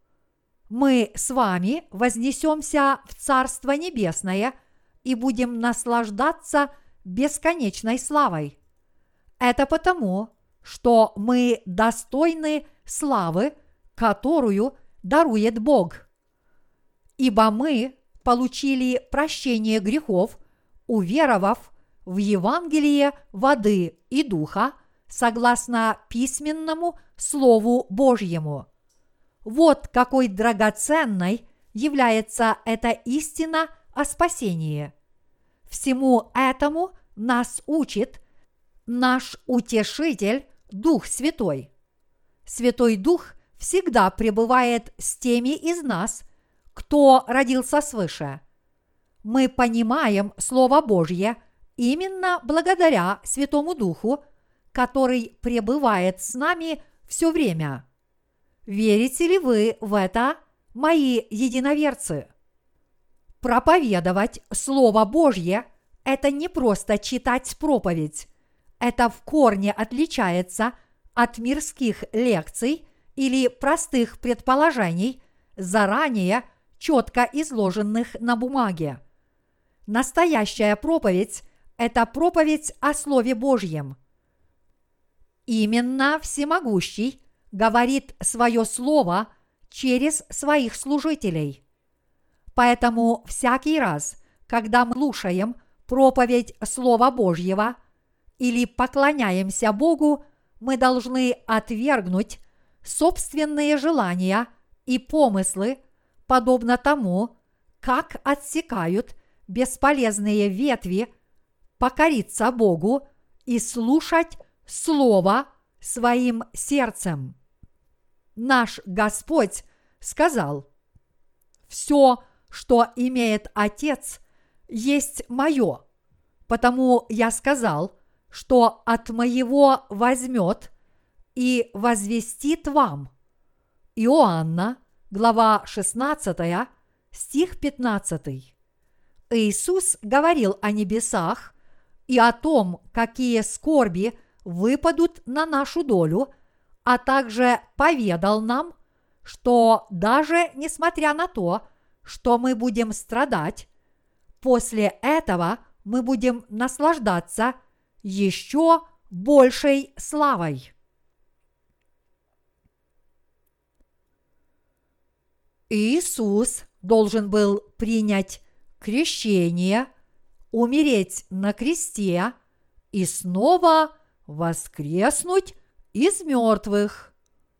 Мы с вами вознесемся в Царство Небесное и будем наслаждаться бесконечной славой. Это потому, что мы достойны славы, которую дарует Бог. Ибо мы получили прощение грехов, уверовав в Евангелие воды и духа, согласно письменному Слову Божьему. Вот какой драгоценной является эта истина о спасении. Всему этому нас учит наш Утешитель Дух Святой. Святой Дух всегда пребывает с теми из нас, кто родился свыше. Мы понимаем Слово Божье именно благодаря Святому Духу, который пребывает с нами все время. Верите ли вы в это, мои единоверцы? Проповедовать Слово Божье – это не просто читать проповедь. Это в корне отличается от мирских лекций или простых предположений, заранее четко изложенных на бумаге. Настоящая проповедь – это проповедь о Слове Божьем. Именно Всемогущий говорит свое Слово через своих служителей. Поэтому всякий раз, когда мы слушаем проповедь Слова Божьего или поклоняемся Богу, мы должны отвергнуть собственные желания и помыслы, подобно тому, как отсекают бесполезные ветви, покориться Богу и слушать Слово своим сердцем. Наш Господь сказал: «Все, что имеет Отец, есть мое, потому я сказал, что от моего возьмет и возвестит вам». Иоанна, глава 16, стих 15. Иисус говорил о небесах и о том, какие скорби выпадут на нашу долю, а также поведал нам, что даже несмотря на то, что мы будем страдать, после этого мы будем наслаждаться еще большей славой. Иисус должен был принять крещение, умереть на кресте и снова воскреснуть из мертвых.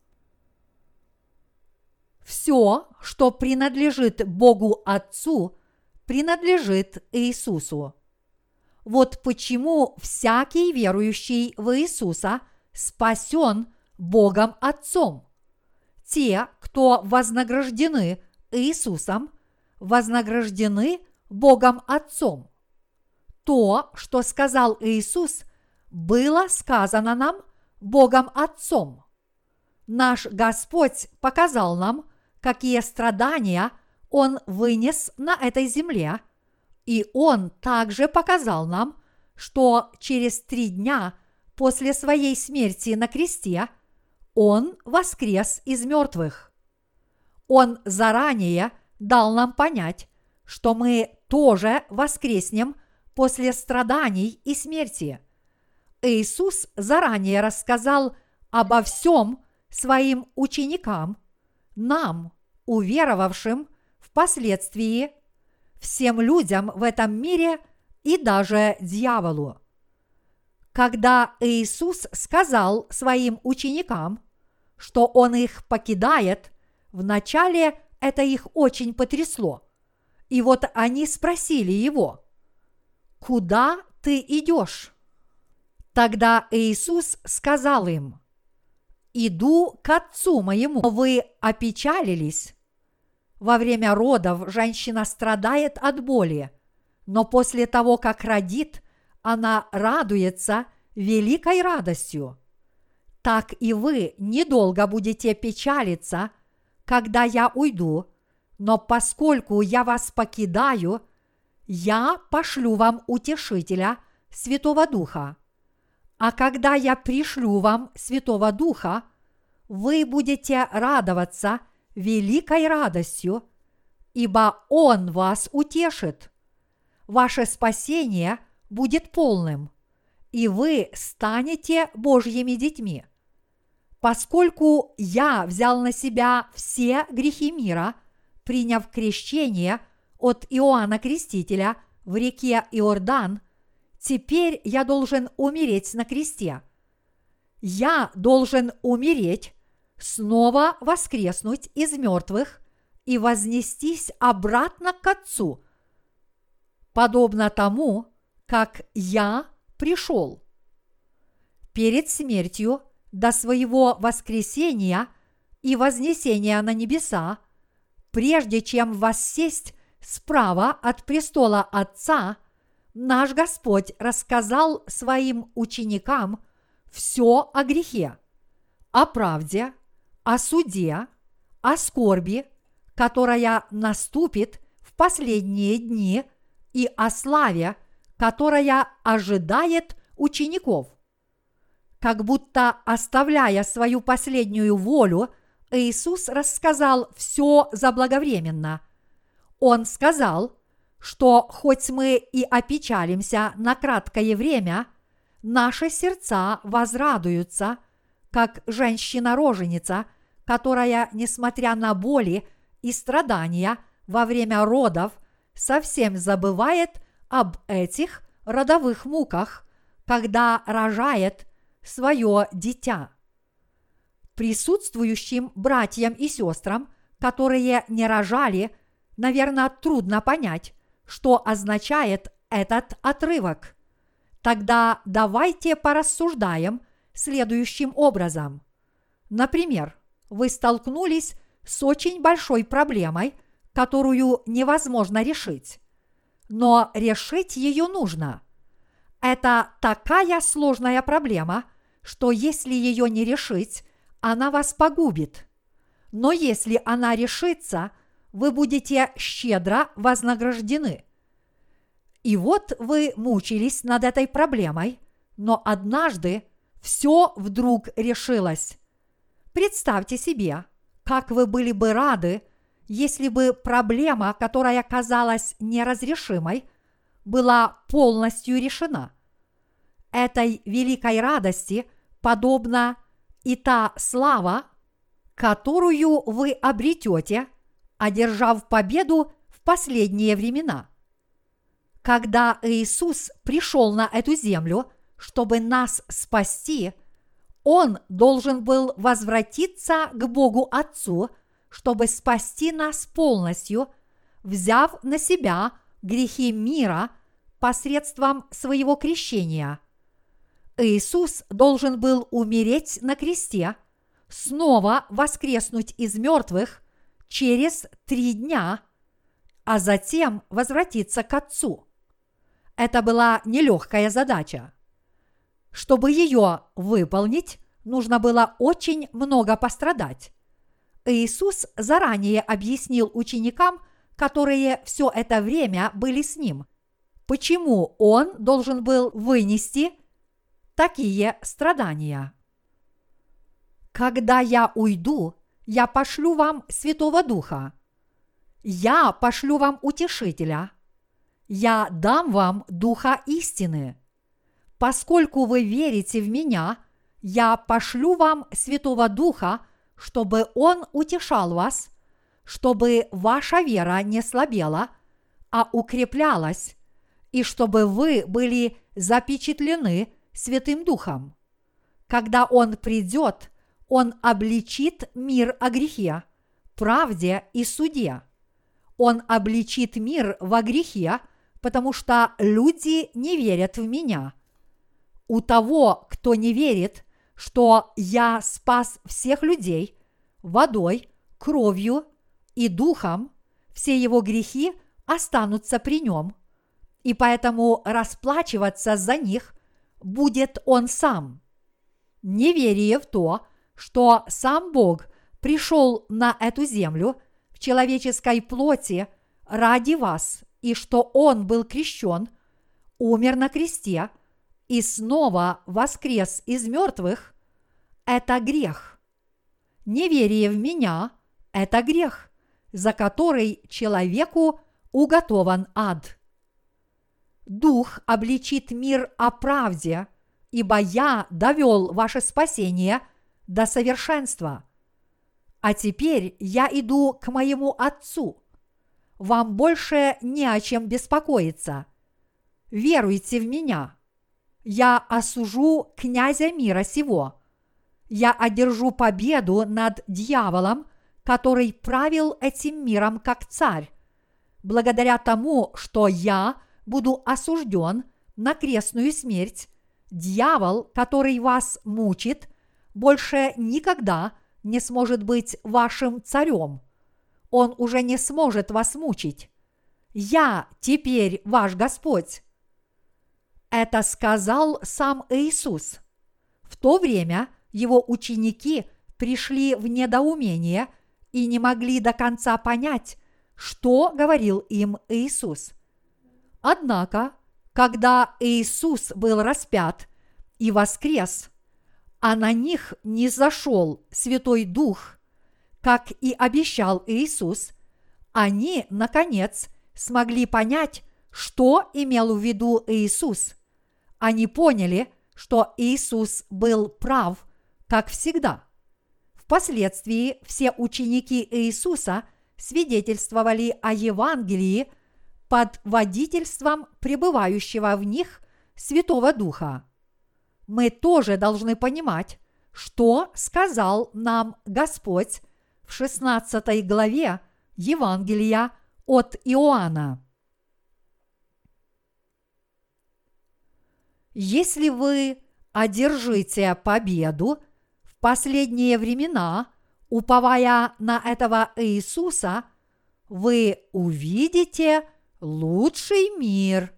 Все, что принадлежит Богу Отцу, принадлежит Иисусу. Вот почему всякий верующий в Иисуса спасен Богом Отцом. Те, кто вознаграждены Иисусом, вознаграждены Богом Отцом. То, что сказал Иисус, было сказано нам Богом Отцом. Наш Господь показал нам, какие страдания Он вынес на этой земле, и Он также показал нам, что через 3 дня после своей смерти на кресте Он воскрес из мертвых. Он заранее дал нам понять, что мы тоже воскреснем после страданий и смерти. Иисус заранее рассказал обо всем своим ученикам, нам, уверовавшим впоследствии, всем людям в этом мире и даже дьяволу. Когда Иисус сказал своим ученикам, что Он их покидает, вначале это их очень потрясло. И вот они спросили Его: «Куда ты идешь?» Тогда Иисус сказал им: «Иду к Отцу моему». Вы опечалились. Во время родов женщина страдает от боли, но после того, как родит, она радуется великой радостью. Так и вы недолго будете печалиться, когда я уйду, но поскольку я вас покидаю, я пошлю вам Утешителя, Святого Духа. А когда я пришлю вам Святого Духа, вы будете радоваться великой радостью, ибо Он вас утешит. Ваше спасение будет полным, и вы станете Божьими детьми. Поскольку я взял на себя все грехи мира, приняв крещение от Иоанна Крестителя в реке Иордан, теперь я должен умереть на кресте. Я должен умереть, снова воскреснуть из мертвых и вознестись обратно к Отцу, подобно тому, как я пришел. Перед смертью до своего воскресения и вознесения на небеса, прежде чем воссесть справа от престола Отца, наш Господь рассказал своим ученикам все о грехе, о правде, о суде, о скорби, которая наступит в последние дни, и о славе, которая ожидает учеников. Как будто оставляя свою последнюю волю, Иисус рассказал все заблаговременно. Он сказал, что хоть мы и опечалимся на краткое время, наши сердца возрадуются, как женщина-роженица, которая, несмотря на боли и страдания во время родов, совсем забывает об этих родовых муках, когда рожает свое дитя. Присутствующим братьям и сестрам, которые не рожали, наверное, трудно понять, что означает этот отрывок. Тогда давайте порассуждаем следующим образом. Например, вы столкнулись с очень большой проблемой, которую невозможно решить. Но решить ее нужно. Это такая сложная проблема, что если ее не решить, она вас погубит. Но если она решится, вы будете щедро вознаграждены. И вот вы мучились над этой проблемой, но однажды все вдруг решилось. Представьте себе, как вы были бы рады, если бы проблема, которая казалась неразрешимой, была полностью решена. Этой великой радости подобна и та слава, которую вы обретете, одержав победу в последние времена. Когда Иисус пришел на эту землю, чтобы нас спасти, Он должен был возвратиться к Богу Отцу, чтобы спасти нас полностью, взяв на себя грехи мира посредством своего крещения. Иисус должен был умереть на кресте, снова воскреснуть из мертвых через 3 дня, а затем возвратиться к Отцу. Это была нелегкая задача. Чтобы ее выполнить, нужно было очень много пострадать. Иисус заранее объяснил ученикам, которые все это время были с Ним, почему Он должен был вынести такие страдания. «Когда я уйду, я пошлю вам Святого Духа. Я пошлю вам Утешителя. Я дам вам Духа истины. Поскольку вы верите в Меня, я пошлю вам Святого Духа, чтобы Он утешал вас, чтобы ваша вера не слабела, а укреплялась, и чтобы вы были запечатлены Святым Духом. Когда Он придет, Он обличит мир о грехе, правде и суде. Он обличит мир во грехе, потому что люди не верят в Меня. У того, кто не верит, что я спас всех людей водой, кровью и духом, все его грехи останутся при нем, и поэтому расплачиваться за них будет он сам. Неверие в то, что сам Бог пришел на эту землю в человеческой плоти ради вас, и что Он был крещен, умер на кресте и снова воскрес из мертвых, это грех. Неверие в Меня – это грех, за который человеку уготован ад. Дух обличит мир о правде, ибо я довел ваше спасение до совершенства. А теперь я иду к моему Отцу. Вам больше не о чем беспокоиться. Веруйте в Меня. Я осужу князя мира сего. Я одержу победу над дьяволом, который правил этим миром как царь, благодаря тому, что я буду осужден на крестную смерть. Дьявол, который вас мучит, больше никогда не сможет быть вашим царем. Он уже не сможет вас мучить. Я теперь ваш Господь. Это сказал сам Иисус. В то время его ученики пришли в недоумение и не могли до конца понять, что говорил им Иисус. Однако, когда Иисус был распят и воскрес, а на них низошел Святой Дух, как и обещал Иисус, они, наконец, смогли понять, что имел в виду Иисус. Они поняли, что Иисус был прав, как всегда. Впоследствии все ученики Иисуса свидетельствовали о Евангелии под водительством пребывающего в них Святого Духа. Мы тоже должны понимать, что сказал нам Господь в 16 главе Евангелия от Иоанна. Если вы одержите победу в последние времена, уповая на этого Иисуса, вы увидите лучший мир.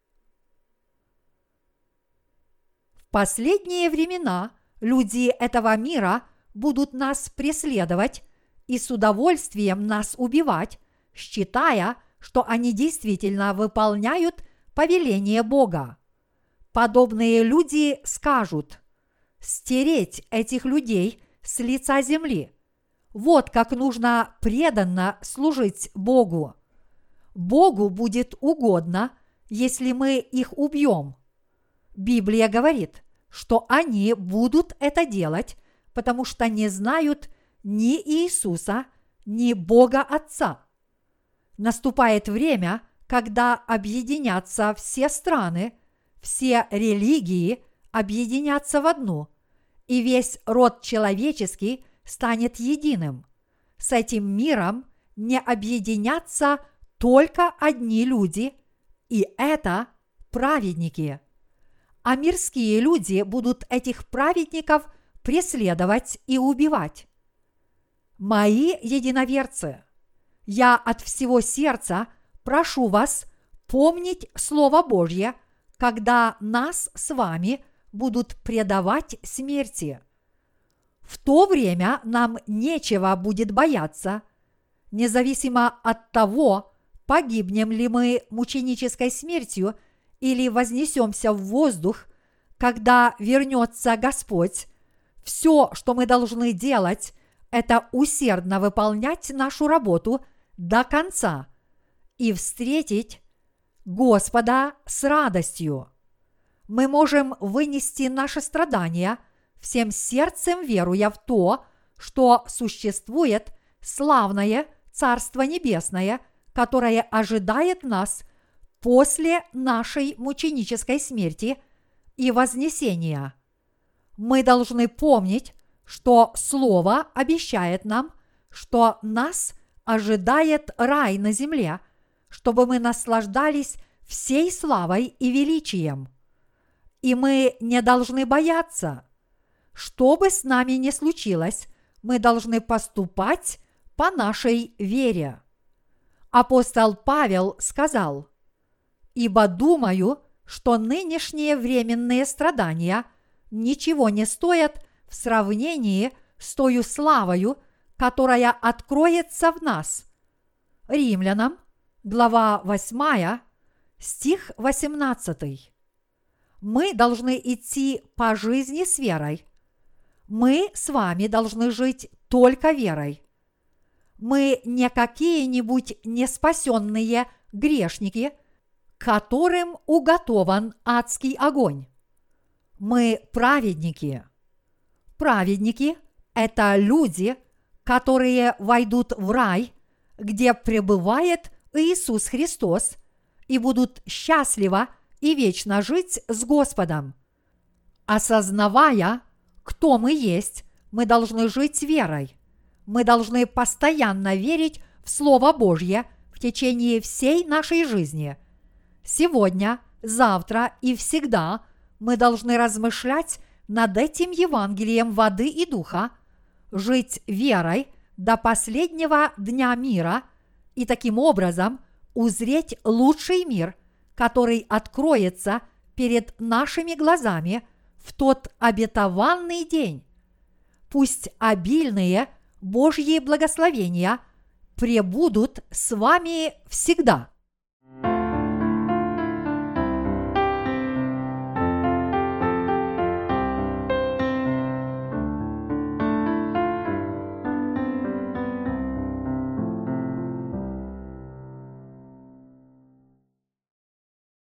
В последние времена люди этого мира будут нас преследовать и с удовольствием нас убивать, считая, что они действительно выполняют повеление Бога. Подобные люди скажут: стереть этих людей с лица земли. Вот как нужно преданно служить Богу. Богу будет угодно, если мы их убьем. Библия говорит, что они будут это делать, потому что не знают ни Иисуса, ни Бога Отца. Наступает время, когда объединятся все страны, все религии, объединятся в одну, и весь род человеческий станет единым. С этим миром не объединятся только одни люди, и это праведники. А мирские люди будут этих праведников преследовать и убивать. Мои единоверцы, я от всего сердца прошу вас помнить Слово Божье, когда нас с вами будут предавать смерти. В то время нам нечего будет бояться, независимо от того, погибнем ли мы мученической смертью или вознесемся в воздух, когда вернется Господь. Все, что мы должны делать, это усердно выполнять нашу работу до конца и встретить Господа с радостью. Мы можем вынести наши страдания, всем сердцем веруя в то, что существует славное Царство Небесное, которое ожидает нас после нашей мученической смерти и вознесения. Мы должны помнить, что Слово обещает нам, что нас ожидает рай на земле, чтобы мы наслаждались всей славой и величием. И мы не должны бояться. Что бы с нами ни случилось, мы должны поступать по нашей вере. Апостол Павел сказал: «Ибо думаю, что нынешние временные страдания ничего не стоят в сравнении с тою славою, которая откроется в нас». Римлянам, глава 8, стих 18. Мы должны идти по жизни с верой. Мы с вами должны жить только верой. Мы не какие-нибудь неспасенные грешники, которым уготован адский огонь. Мы праведники. Праведники – это люди, которые войдут в рай, где пребывает Иисус Христос, и будут счастливо и вечно жить с Господом. Осознавая, кто мы есть, мы должны жить верой. Мы должны постоянно верить в Слово Божье в течение всей нашей жизни. Сегодня, завтра и всегда мы должны размышлять над этим Евангелием воды и духа, жить верой до последнего дня мира и таким образом узреть лучший мир, который откроется перед нашими глазами в тот обетованный день. Пусть обильные Божьи благословения пребудут с вами всегда.